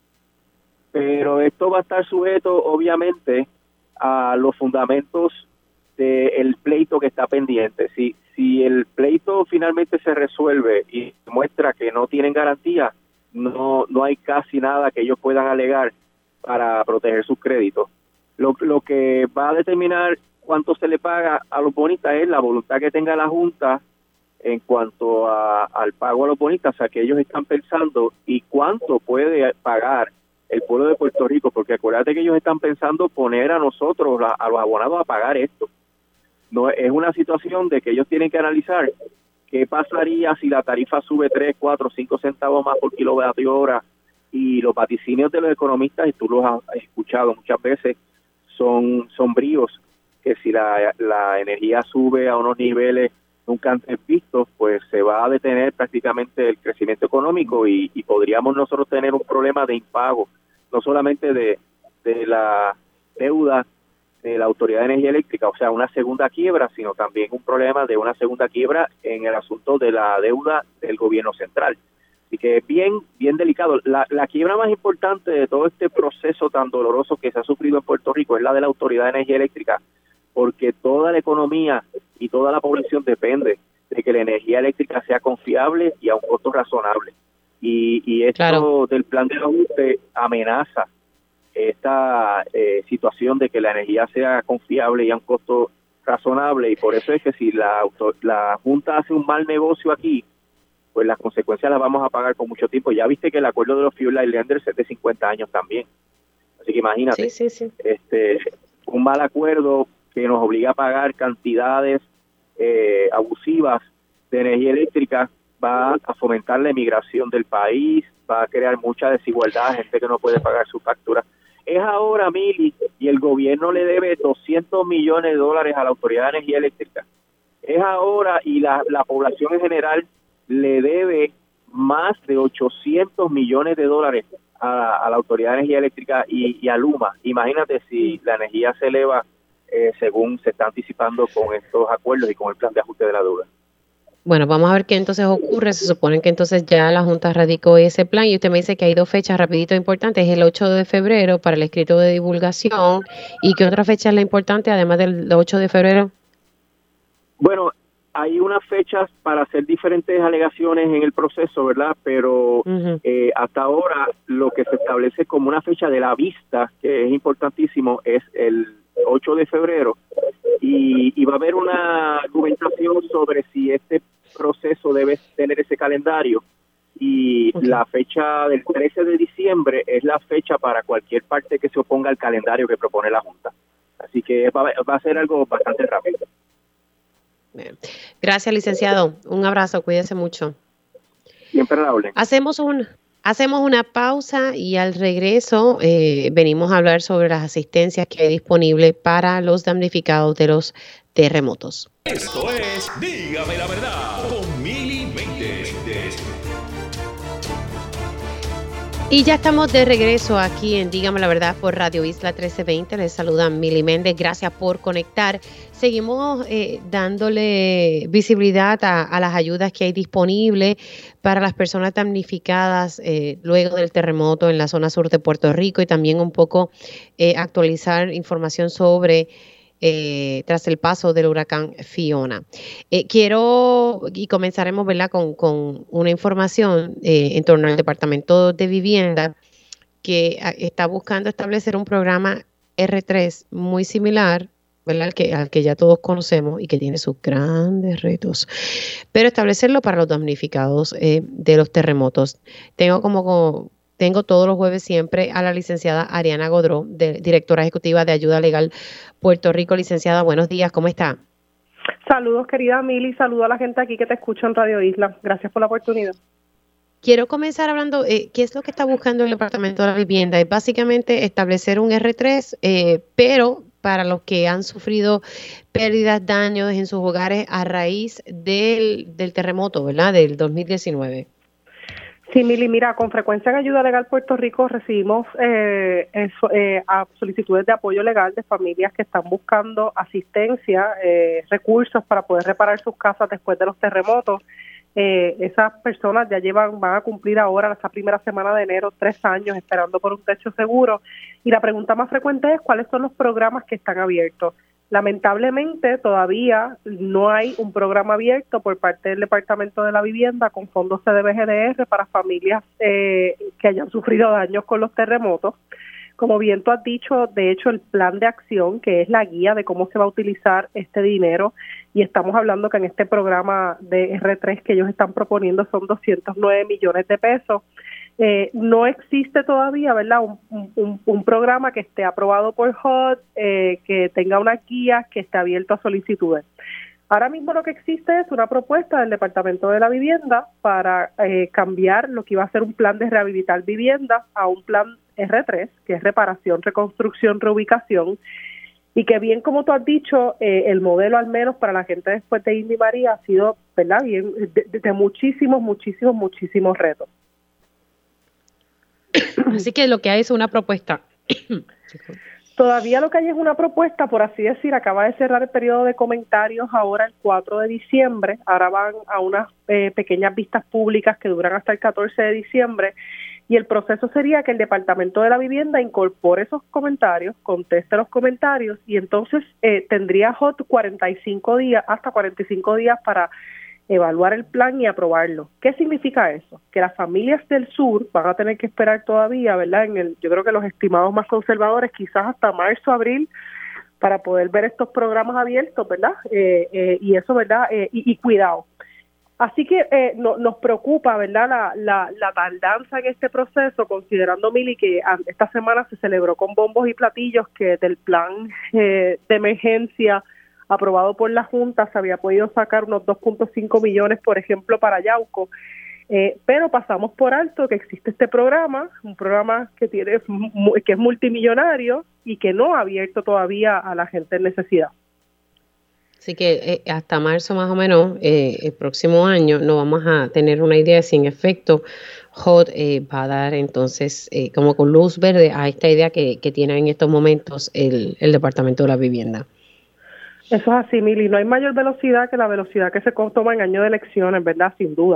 pero esto va a estar sujeto obviamente a los fundamentos del pleito que está pendiente. Si el pleito finalmente se resuelve y muestra que no tienen garantía, no hay casi nada que ellos puedan alegar para proteger sus créditos. Lo que va a determinar cuánto se le paga a los bonistas es la voluntad que tenga la Junta en cuanto al pago a los bonistas, o sea, que ellos están pensando y cuánto puede pagar el pueblo de Puerto Rico, porque acuérdate que ellos están pensando poner a nosotros, a los abonados, a pagar esto. No es una situación de que ellos tienen que analizar qué pasaría si la tarifa sube 3, 4, 5 centavos más por kilovatio hora, y los vaticinios de los economistas, y tú los has escuchado muchas veces, son sombríos, que si la energía sube a unos niveles nunca antes vistos, pues se va a detener prácticamente el crecimiento económico y podríamos nosotros tener un problema de impago, no solamente de la deuda de la Autoridad de Energía Eléctrica, o sea, una segunda quiebra, sino también un problema de una segunda quiebra en el asunto de la deuda del gobierno central. Así que es bien delicado. La quiebra más importante de todo este proceso tan doloroso que se ha sufrido en Puerto Rico es la de la Autoridad de Energía Eléctrica, porque toda la economía y toda la población depende de que la energía eléctrica sea confiable y a un costo razonable. Y esto del plan de ajuste amenaza esta situación de que la energía sea confiable y a un costo razonable, y por eso es que si la Junta hace un mal negocio aquí, pues las consecuencias las vamos a pagar por mucho tiempo. Ya viste que el acuerdo de los Fuel Islanders es de 50 años también. Así que imagínate, un mal acuerdo que nos obliga a pagar cantidades abusivas de energía eléctrica va a fomentar la emigración del país, va a crear mucha desigualdad, gente que no puede pagar sus facturas. Es ahora, Mili, y el gobierno le debe $200 millones a la Autoridad de Energía Eléctrica. Es ahora, y la población en general le debe más de $800 millones a la Autoridad de Energía Eléctrica y a Luma. Imagínate si la energía se eleva según se está anticipando con estos acuerdos y con el plan de ajuste de la deuda. Bueno, vamos a ver qué entonces ocurre. Se supone que entonces ya la Junta radicó ese plan y usted me dice que hay 2 fechas rapidito importantes. Es el 8 de febrero para el escrito de divulgación. ¿Y qué otra fecha es la importante además del 8 de febrero? Bueno, hay unas fechas para hacer diferentes alegaciones en el proceso, ¿verdad? Pero hasta ahora lo que se establece como una fecha de la vista, que es importantísimo, es el 8 de febrero. Y va a haber una argumentación sobre si este proceso debe tener ese calendario. Y la fecha del 13 de diciembre es la fecha para cualquier parte que se oponga al calendario que propone la Junta. Así que va a ser algo bastante rápido. Bien. Gracias, licenciado. Un abrazo, cuídese mucho. Siempre a la orden. Hacemos una pausa y al regreso venimos a hablar sobre las asistencias que hay disponibles para los damnificados de los terremotos. Esto es Dígame la Verdad con Mili Méndez. Y ya estamos de regreso aquí en Dígame la Verdad por Radio Isla 1320. Les saluda Mili Méndez. Gracias por conectar. Seguimos dándole visibilidad a las ayudas que hay disponibles para las personas damnificadas luego del terremoto en la zona sur de Puerto Rico y también un poco actualizar información sobre tras el paso del huracán Fiona. Y comenzaremos, ¿verdad?, con una información en torno al Departamento de Vivienda que está buscando establecer un programa R3 muy similar, ¿verdad?, al que ya todos conocemos y que tiene sus grandes retos, pero establecerlo para los damnificados de los terremotos. Tengo todos los jueves siempre a la licenciada Ariana Godró, directora ejecutiva de Ayuda Legal Puerto Rico. Licenciada, buenos días, ¿cómo está? Saludos, querida Mili, saludo a la gente aquí que te escucha en Radio Isla. Gracias por la oportunidad. Quiero comenzar hablando, ¿qué es lo que está buscando el Departamento de la Vivienda? Es básicamente establecer un R3, pero para los que han sufrido pérdidas, daños en sus hogares a raíz del terremoto, ¿verdad?, del 2019. Sí, Mili, mira, con frecuencia en Ayuda Legal Puerto Rico recibimos solicitudes de apoyo legal de familias que están buscando asistencia, recursos para poder reparar sus casas después de los terremotos. esas personas ya van a cumplir ahora, esta primera semana de enero, 3 años esperando por un techo seguro. Y la pregunta más frecuente es cuáles son los programas que están abiertos. Lamentablemente todavía no hay un programa abierto por parte del Departamento de la Vivienda con fondos CDBGDR para familias que hayan sufrido daños con los terremotos. Como bien tú has dicho, de hecho el plan de acción, que es la guía de cómo se va a utilizar este dinero, y estamos hablando que en este programa de R3 que ellos están proponiendo son 209 millones de pesos. No existe todavía, ¿verdad?, un programa que esté aprobado por HUD, que tenga una guía, que esté abierto a solicitudes. Ahora mismo lo que existe es una propuesta del Departamento de la Vivienda para cambiar lo que iba a ser un plan de rehabilitar viviendas a un plan R3, que es reparación, reconstrucción, reubicación, y que bien como tú has dicho, el modelo al menos para la gente después de Indy María ha sido, ¿verdad?, bien de muchísimos retos. Así que lo que hay es una propuesta. Todavía lo que hay es una propuesta, por así decir, acaba de cerrar el periodo de comentarios ahora el 4 de diciembre, ahora van a unas pequeñas vistas públicas que duran hasta el 14 de diciembre, y el proceso sería que el Departamento de la Vivienda incorpore esos comentarios, conteste los comentarios, y entonces tendría HUD hasta 45 días para evaluar el plan y aprobarlo. ¿Qué significa eso? Que las familias del sur van a tener que esperar todavía, ¿verdad? Yo creo que los estimados más conservadores, quizás hasta marzo, abril, para poder ver estos programas abiertos, ¿verdad? Y eso, ¿verdad? Y cuidado. Así que nos preocupa, ¿verdad?, la tardanza en este proceso, considerando, Mili, que esta semana se celebró con bombos y platillos que del plan de emergencia aprobado por la Junta se había podido sacar unos 2.5 millones, por ejemplo, para Yauco, pero pasamos por alto que existe este programa, un programa que es multimillonario y que no ha abierto todavía a la gente en necesidad. Así que hasta marzo más o menos, el próximo año, no vamos a tener una idea de si en efecto HUD va a dar entonces como con luz verde a esta idea que tiene en estos momentos el Departamento de la Vivienda. Eso es así, Mili. No hay mayor velocidad que la velocidad que se toma en año de elecciones, ¿verdad? Sin duda.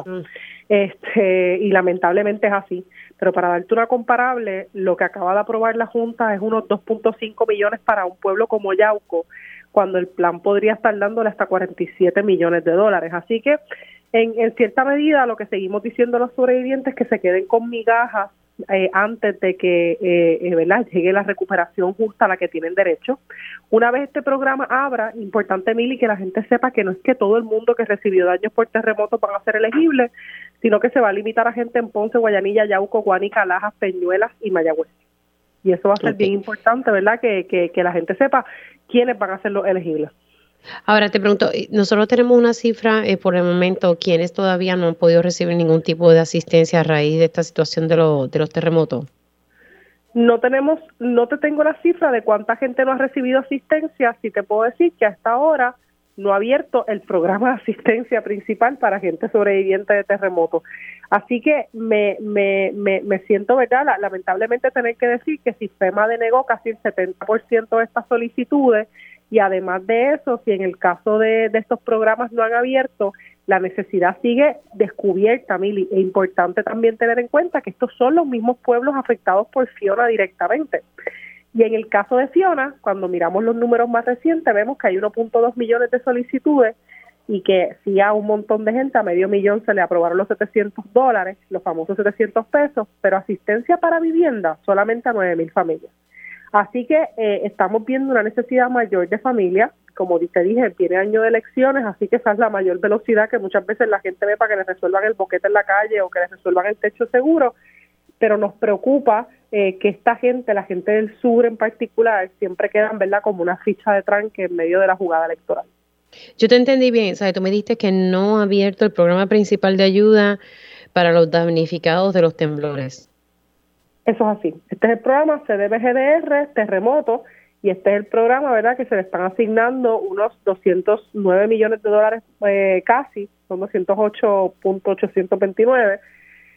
Y lamentablemente es así. Pero para darte una comparable, lo que acaba de aprobar la Junta es unos 2.5 millones para un pueblo como Yauco, cuando el plan podría estar dándole hasta 47 millones de dólares. Así que, en cierta medida, lo que seguimos diciendo a los sobrevivientes es que se queden con migajas antes de que ¿verdad?, llegue la recuperación justa a la que tienen derecho. Una vez este programa abra, importante, Mili, que la gente sepa que no es que todo el mundo que recibió daños por terremotos van a ser elegibles, sino que se va a limitar a gente en Ponce, Guayanilla, Yauco, Guánica, Lajas, Peñuelas y Mayagüez. Y eso va a ser bien importante, ¿verdad?, que la gente sepa quiénes van a ser los elegibles. Ahora te pregunto, nosotros tenemos una cifra por el momento, ¿quiénes todavía no han podido recibir ningún tipo de asistencia a raíz de esta situación de los terremotos? No te tengo la cifra de cuánta gente no ha recibido asistencia. Sí te puedo decir que hasta ahora no ha abierto el programa de asistencia principal para gente sobreviviente de terremotos. Así que me siento, ¿verdad?, lamentablemente tener que decir que si FEMA denegó casi el 70% de estas solicitudes, y además de eso, si en el caso de estos programas no han abierto, la necesidad sigue descubierta, Mili. Es importante también tener en cuenta que estos son los mismos pueblos afectados por Fiona directamente. Y en el caso de Fiona, cuando miramos los números más recientes, vemos que hay 1.2 millones de solicitudes y que sí a un montón de gente, a $500,000 se le aprobaron los $700, los famosos $700, pero asistencia para vivienda solamente a 9,000 familias. Así que estamos viendo una necesidad mayor de familias. Como te dije, viene año de elecciones, así que esa es la mayor velocidad que muchas veces la gente ve para que les resuelvan el boquete en la calle o que les resuelvan el techo seguro, pero nos preocupa que esta gente, la gente del sur en particular, siempre quedan, ¿verdad?, como una ficha de tranque en medio de la jugada electoral. Yo te entendí bien, ¿sabes? Tú me dijiste que no ha abierto el programa principal de ayuda para los damnificados de los temblores. Eso es así. Este es el programa CDBGDR, terremoto, y este es el programa, ¿verdad?, que se le están asignando unos 209 millones de dólares casi, son 208.829,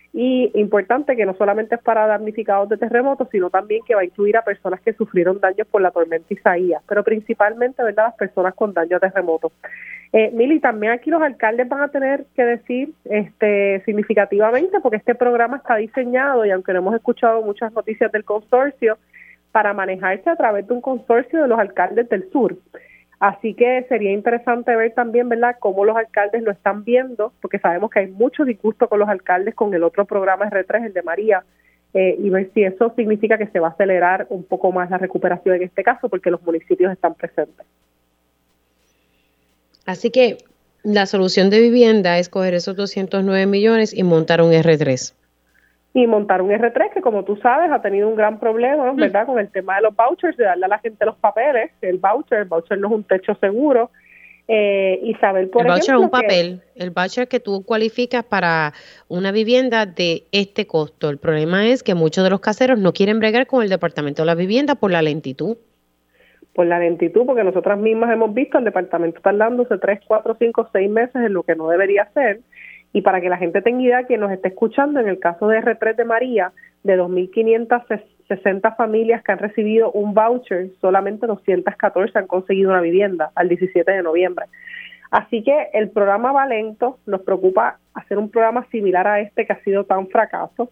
Y importante que no solamente es para damnificados de terremotos, sino también que va a incluir a personas que sufrieron daños por la tormenta Isaías, pero principalmente, ¿verdad?, las personas con daño a terremotos. Mili, también aquí los alcaldes van a tener que decir significativamente, porque este programa está diseñado, y aunque no hemos escuchado muchas noticias del consorcio, para manejarse a través de un consorcio de los alcaldes del sur. Así que sería interesante ver también, ¿verdad?, cómo los alcaldes lo están viendo, porque sabemos que hay mucho disgusto con los alcaldes con el otro programa R3, el de María, y ver si eso significa que se va a acelerar un poco más la recuperación en este caso, porque los municipios están presentes. Así que la solución de vivienda es coger esos 209 millones y montar un R3. Y montar un R3 que, como tú sabes, ha tenido un gran problema, ¿verdad?, con el tema de los vouchers, de darle a la gente los papeles, el voucher no es un techo seguro, y saber, por ejemplo... El voucher es un papel, el voucher que tú cualificas para una vivienda de este costo. El problema es que muchos de los caseros no quieren bregar con el Departamento de la Vivienda por la lentitud. Porque nosotras mismas hemos visto el departamento tardándose 3, 4, 5, 6 meses en lo que no debería ser. Y para que la gente tenga idea, quien nos esté escuchando, en el caso de R3 de María, de 2.560 familias que han recibido un voucher, solamente 214 han conseguido una vivienda al 17 de noviembre. Así que el programa va lento, nos preocupa hacer un programa similar a este que ha sido tan fracaso,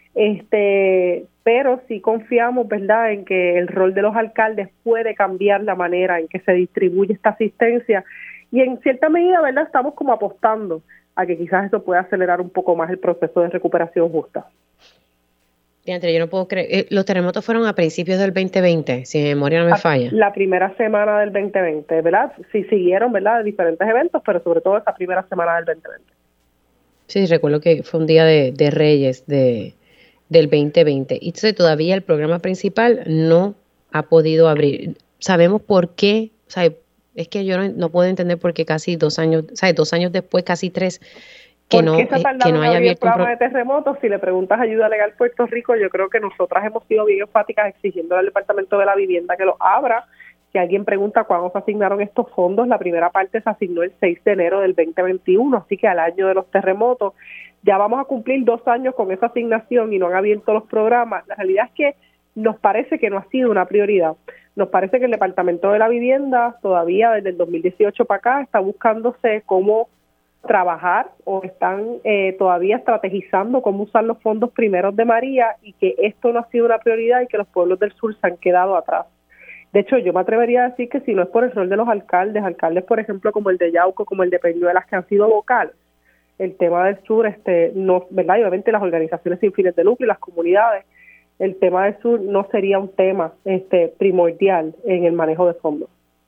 pero sí confiamos, ¿verdad?, en que el rol de los alcaldes puede cambiar la manera en que se distribuye esta asistencia, y en cierta medida, ¿verdad?, estamos como apostando a que quizás eso pueda acelerar un poco más el proceso de recuperación justa. Fíjate, yo no puedo creer, los terremotos fueron a principios del 2020, si mi memoria no me falla. La primera semana del 2020, ¿verdad? Sí siguieron, ¿verdad?, diferentes eventos, pero sobre todo esa primera semana del 2020. Sí, recuerdo que fue un día de Reyes del 2020. Y entonces todavía el programa principal no ha podido abrir. ¿Sabemos por qué? O sea, es que yo no puedo entender por qué casi 2 años, o sea, 2 años después, casi 3, que no haya abierto un programa de terremotos. Si le preguntas a Ayuda Legal Puerto Rico, yo creo que nosotras hemos sido bien enfáticas exigiendo al Departamento de la Vivienda que lo abra. Si alguien pregunta cuándo se asignaron estos fondos, la primera parte se asignó el 6 de enero del 2021, así que al año de los terremotos. Ya vamos a cumplir 2 años con esa asignación y no han abierto los programas. La realidad es que nos parece que no ha sido una prioridad. Nos parece que el Departamento de la Vivienda todavía desde el 2018 para acá está buscándose cómo trabajar, o están todavía estrategizando cómo usar los fondos primeros de María, y que esto no ha sido una prioridad y que los pueblos del sur se han quedado atrás. De hecho, yo me atrevería a decir que si no es por el rol de los alcaldes, por ejemplo, como el de Yauco, como el de Peñuelas, que han sido vocales, el tema del sur, no, ¿verdad? Y obviamente las organizaciones sin fines de lucro y las comunidades, el tema del sur no sería un tema primordial en el manejo de fondos.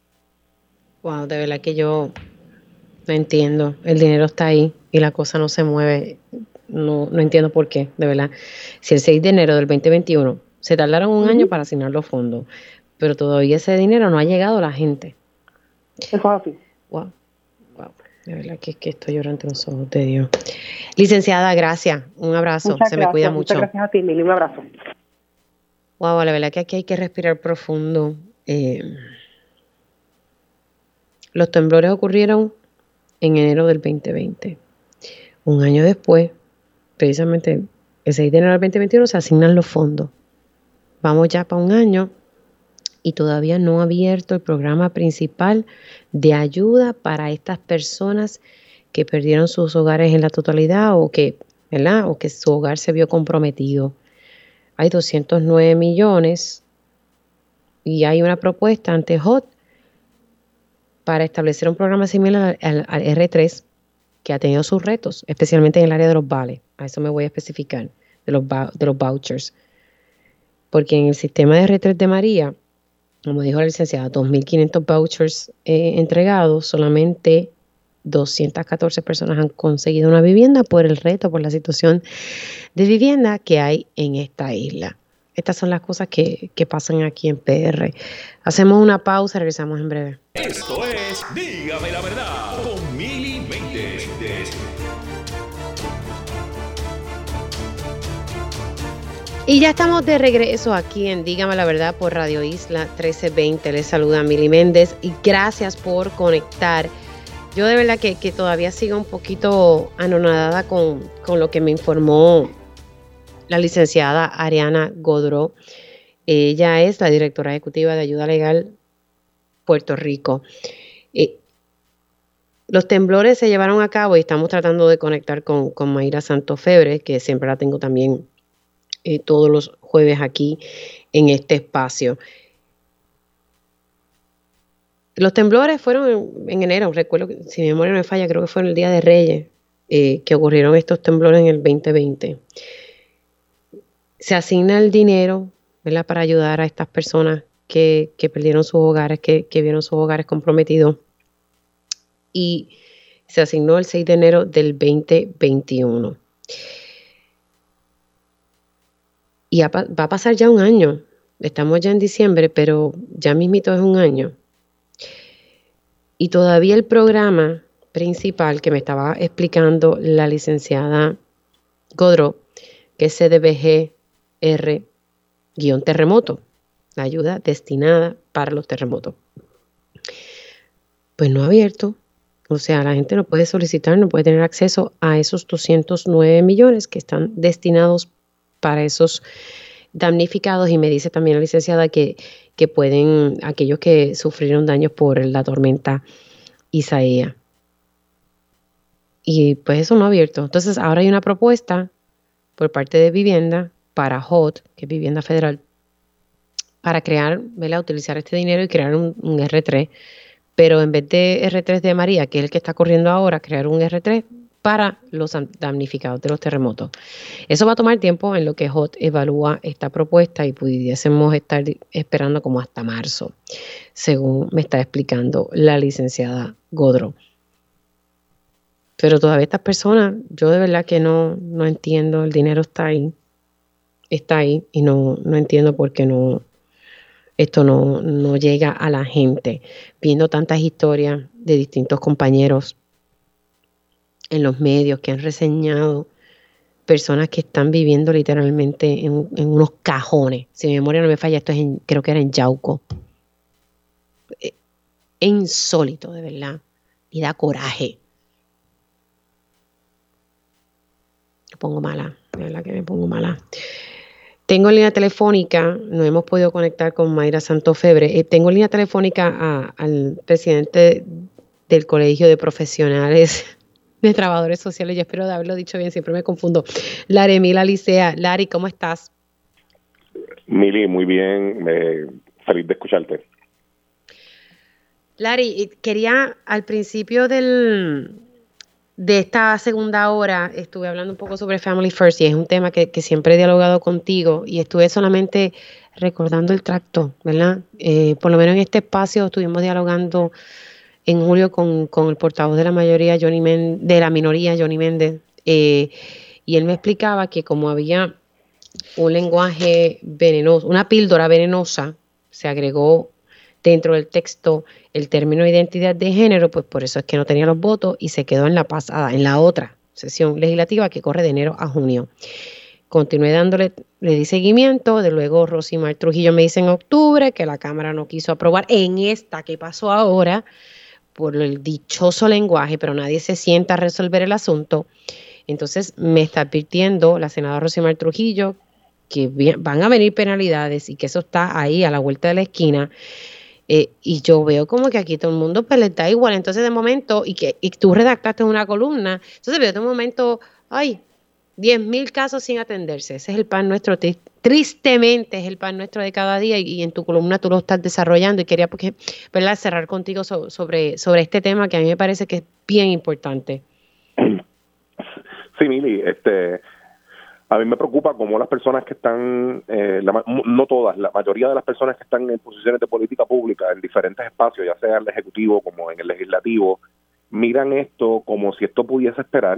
Wow, de verdad que yo no entiendo. El dinero está ahí y la cosa no se mueve. No entiendo por qué, de verdad. Si el 6 de enero del 2021 se tardaron un año para asignar los fondos, pero todavía ese dinero no ha llegado a la gente. Eso es así. Wow. De verdad que estoy llorando ante los ojos de Dios. Licenciada, gracias. Un abrazo. Muchas gracias. Me cuida mucho. Muchas gracias a ti, Mili. Un abrazo. Wow, la verdad que aquí hay que respirar profundo. Los temblores ocurrieron en enero del 2020. Un año después, precisamente el 6 de enero del 2021, se asignan los fondos. Vamos ya para un año y todavía no ha abierto el programa principal de ayuda para estas personas que perdieron sus hogares en la totalidad o que su hogar se vio comprometido. Hay 209 millones y hay una propuesta ante HUD para establecer un programa similar al R3 que ha tenido sus retos, especialmente en el área de los vales. A eso me voy a especificar, de los vouchers. Porque en el sistema de R3 de María, como dijo la licenciada, 2.500 vouchers entregados, solamente 214 personas han conseguido una vivienda por el reto, por la situación de vivienda que hay en esta isla. Estas son las cosas que pasan aquí en PR. Hacemos una pausa, regresamos en breve. Esto es Dígame la Verdad con Mili Méndez. Y ya estamos de regreso aquí en Dígame la Verdad por Radio Isla 1320. Les saluda Mili Méndez y gracias por conectar. Yo de verdad que todavía sigo un poquito anonadada con lo que me informó la licenciada Ariana Godreau. Ella es la directora ejecutiva de Ayuda Legal Puerto Rico. Los temblores se llevaron a cabo y estamos tratando de conectar con Mayra Santofebre, que siempre la tengo también todos los jueves aquí en este espacio. Los temblores fueron en enero, recuerdo que, si mi memoria no me falla, creo que fue en el Día de Reyes que ocurrieron estos temblores en el 2020. Se asigna el dinero, ¿verdad?, para ayudar a estas personas que perdieron sus hogares, que vieron sus hogares comprometidos. Y se asignó el 6 de enero del 2021. Y va a pasar ya un año. Estamos ya en diciembre, pero ya mismito es un año. Y todavía el programa principal que me estaba explicando la licenciada Godreau, que es CDBG-R-terremoto, la ayuda destinada para los terremotos, pues no ha abierto. O sea, la gente no puede solicitar, no puede tener acceso a esos 209 millones que están destinados para esos damnificados. Y me dice también la licenciada que pueden, aquellos que sufrieron daños por la tormenta Isaías. Y pues eso no ha abierto. Entonces ahora hay una propuesta por parte de Vivienda para HOT, que es Vivienda Federal, para crear, ¿verdad?, utilizar este dinero y crear un R3. Pero en vez de R3 de María, que es el que está corriendo ahora, crear un R3 para los damnificados de los terremotos. Eso va a tomar tiempo en lo que HOT evalúa esta propuesta y pudiésemos estar esperando como hasta marzo, según me está explicando la licenciada Godreau. Pero todavía estas personas, yo de verdad que no entiendo, el dinero está ahí y no entiendo por qué esto no llega a la gente. Viendo tantas historias de distintos compañeros en los medios que han reseñado personas que están viviendo literalmente en unos cajones. Si mi memoria no me falla, esto creo que era en Yauco. Es insólito, de verdad. Y da coraje. Me pongo mala, de verdad que me pongo mala. Tengo en línea telefónica, no hemos podido conectar con Mayra Santofebre. Tengo en línea telefónica al presidente del Colegio de Profesionales de Trabajadores Sociales. Yo espero de haberlo dicho bien, siempre me confundo. Laremil Alicea. Lari, ¿cómo estás? Mili, muy bien. Feliz de escucharte. Lari, quería al principio de esta segunda hora, estuve hablando un poco sobre Family First y es un tema que siempre he dialogado contigo y estuve solamente recordando el tracto, ¿verdad? Por lo menos en este espacio estuvimos dialogando en julio con el portavoz de la mayoría, de la minoría, Johnny Méndez, y él me explicaba que como había un lenguaje venenoso, una píldora venenosa, se agregó dentro del texto el término identidad de género, pues por eso es que no tenía los votos y se quedó en la otra sesión legislativa que corre de enero a junio. Continué le di seguimiento, de luego Rosimar Trujillo me dice en octubre que la Cámara no quiso aprobar en esta que pasó ahora por el dichoso lenguaje, pero nadie se sienta a resolver el asunto. Entonces me está advirtiendo la senadora Rosimar Trujillo que van a venir penalidades y que eso está ahí a la vuelta de la esquina. Y yo veo como que aquí todo el mundo pues, le da igual. Entonces de momento, y tú redactaste una columna, entonces veo de un momento, 10,000 casos sin atenderse. Ese es el pan nuestro, tristemente es el pan nuestro de cada día y en tu columna tú lo estás desarrollando y quería porque, ¿verdad?, cerrar contigo sobre este tema que a mí me parece que es bien importante. Sí, Mili, a mí me preocupa cómo las personas que están, no todas, la mayoría de las personas que están en posiciones de política pública en diferentes espacios, ya sea en el Ejecutivo como en el Legislativo, miran esto como si esto pudiese esperar,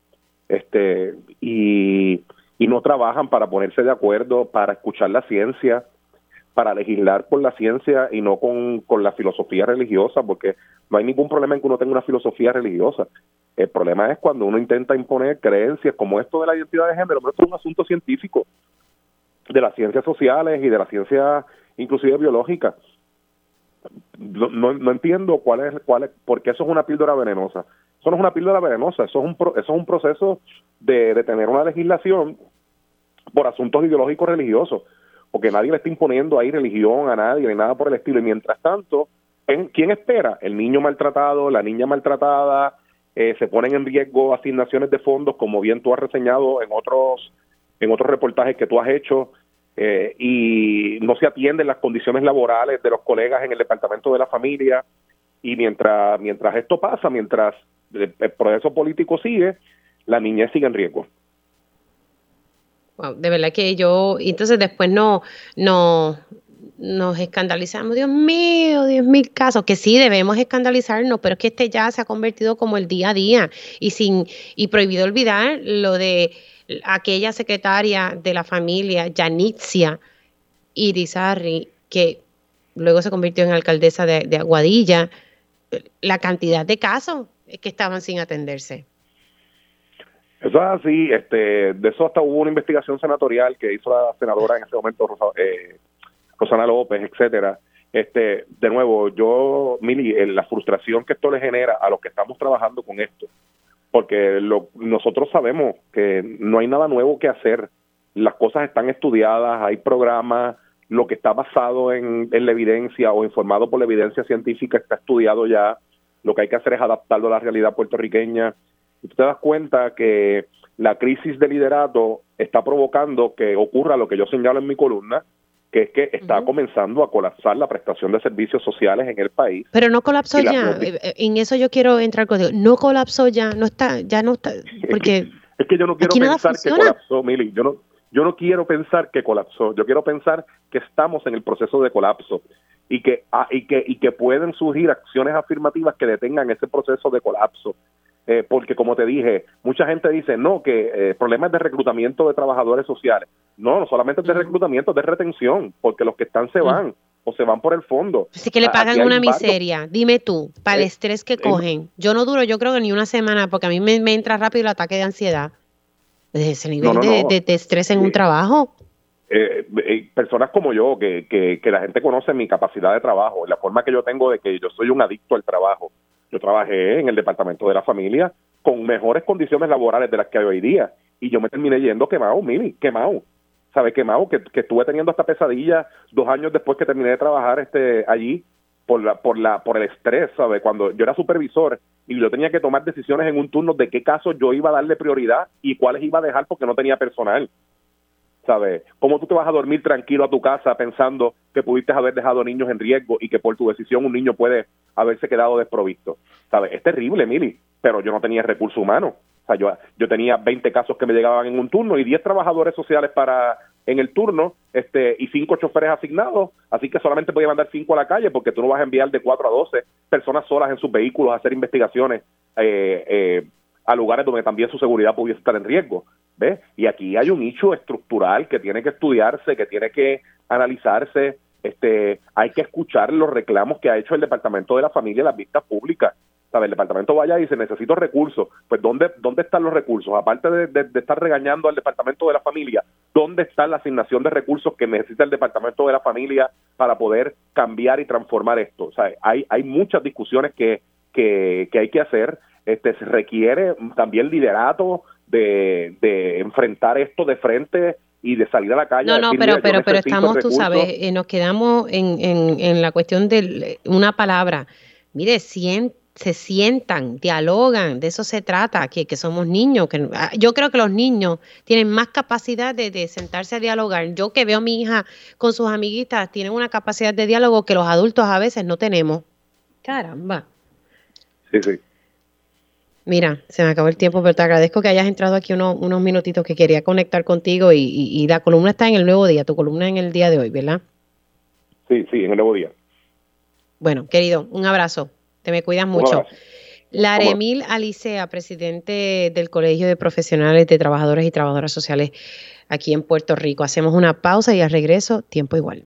y no trabajan para ponerse de acuerdo, para escuchar la ciencia, para legislar por la ciencia y no con la filosofía religiosa, porque no hay ningún problema en que uno tenga una filosofía religiosa. El problema es cuando uno intenta imponer creencias como esto de la identidad de género, pero esto es un asunto científico, de las ciencias sociales y de la ciencia inclusive biológica. No entiendo por qué eso es una píldora venenosa. Eso no es una píldora venenosa, eso es un proceso de tener una legislación por asuntos ideológicos religiosos, porque nadie le está imponiendo ahí religión a nadie ni nada por el estilo. Y mientras tanto, ¿quién espera? El niño maltratado, la niña maltratada, se ponen en riesgo asignaciones de fondos, como bien tú has reseñado en otros reportajes que tú has hecho, y no se atienden las condiciones laborales de los colegas en el departamento de la familia. Y mientras esto pasa, mientras el proceso político sigue, la niñez sigue en riesgo. Wow, de verdad que entonces después nos escandalizamos, Dios mío, 10,000 casos, que sí debemos escandalizarnos, pero es que ya se ha convertido como el día a día, y prohibido olvidar lo de aquella secretaria de la familia, Yanitzia Irizarry, que luego se convirtió en alcaldesa de Aguadilla. La cantidad de casos que estaban sin atenderse. Eso es así, de eso hasta hubo una investigación senatorial que hizo la senadora en ese momento, Rosana López, etcétera. De nuevo, Mili, la frustración que esto le genera a los que estamos trabajando con esto, porque nosotros sabemos que no hay nada nuevo que hacer, las cosas están estudiadas, hay programas, lo que está basado en la evidencia o informado por la evidencia científica está estudiado ya, lo que hay que hacer es adaptarlo a la realidad puertorriqueña. Y tú te das cuenta que la crisis de liderato está provocando que ocurra lo que yo señalo en mi columna, que es que está comenzando a colapsar la prestación de servicios sociales en el país. Pero no colapsó ya, en eso yo quiero entrar contigo, no colapsó ya no está, porque es que yo no quiero pensar que colapsó, Mili, yo no quiero pensar que colapsó, yo quiero pensar que estamos en el proceso de colapso y que pueden surgir acciones afirmativas que detengan ese proceso de colapso. Porque como te dije, mucha gente dice, no, que problemas de reclutamiento de trabajadores sociales. No solamente es de reclutamiento, es de retención, porque los que están se van, o se van por el fondo. Así que le pagan una miseria. Dime tú, para el estrés que cogen. Yo no duro, yo creo que ni una semana, porque a mí me entra rápido el ataque de ansiedad. Desde ese nivel de estrés en un trabajo. Personas como yo, que la gente conoce mi capacidad de trabajo, la forma que yo tengo de que yo soy un adicto al trabajo. Yo trabajé en el departamento de la familia con mejores condiciones laborales de las que hay hoy día, y yo me terminé yendo quemado, Mili, ¿sabes? Quemado, que estuve teniendo esta pesadilla 2 años después que terminé de trabajar allí por el estrés, ¿sabes? Cuando yo era supervisor y yo tenía que tomar decisiones en un turno de qué casos yo iba a darle prioridad y cuáles iba a dejar porque no tenía personal. ¿Sabes? ¿Cómo tú te vas a dormir tranquilo a tu casa pensando que pudiste haber dejado niños en riesgo y que por tu decisión un niño puede haberse quedado desprovisto? ¿Sabes? Es terrible, Mili, pero yo no tenía recursos humanos. O sea, yo tenía 20 casos que me llegaban en un turno y 10 trabajadores sociales en el turno, y 5 choferes asignados, así que solamente podía mandar 5 a la calle porque tú no vas a enviar de 4 a 12 personas solas en sus vehículos a hacer investigaciones a lugares donde también su seguridad pudiese estar en riesgo. ¿Ves? Y aquí hay un hecho estructural que tiene que estudiarse, que tiene que analizarse. Hay que escuchar los reclamos que ha hecho el Departamento de la Familia en las vistas públicas. ¿Sabes? El departamento vaya y dice, necesito recursos. Pues ¿dónde están los recursos? Aparte de estar regañando al Departamento de la Familia, ¿dónde está la asignación de recursos que necesita el Departamento de la Familia para poder cambiar y transformar esto? O sea, hay muchas discusiones que hay que hacer. Se requiere también liderato de enfrentar esto de frente y de salir a la calle. No, pero estamos, tú sabes, nos quedamos en la cuestión de una palabra. Mire, se sientan, dialogan, de eso se trata, que somos niños. Yo creo que los niños tienen más capacidad de sentarse a dialogar. Yo que veo a mi hija con sus amiguitas, tienen una capacidad de diálogo que los adultos a veces no tenemos. Caramba. Sí. Mira, se me acabó el tiempo, pero te agradezco que hayas entrado aquí unos minutitos, que quería conectar contigo, y la columna está en El Nuevo Día, tu columna en el día de hoy, ¿verdad? Sí, en El Nuevo Día. Bueno, querido, un abrazo, te me cuidas mucho. Laremil Alicea, presidente del Colegio de Profesionales de Trabajadores y Trabajadoras Sociales aquí en Puerto Rico. Hacemos una pausa y al regreso, tiempo igual.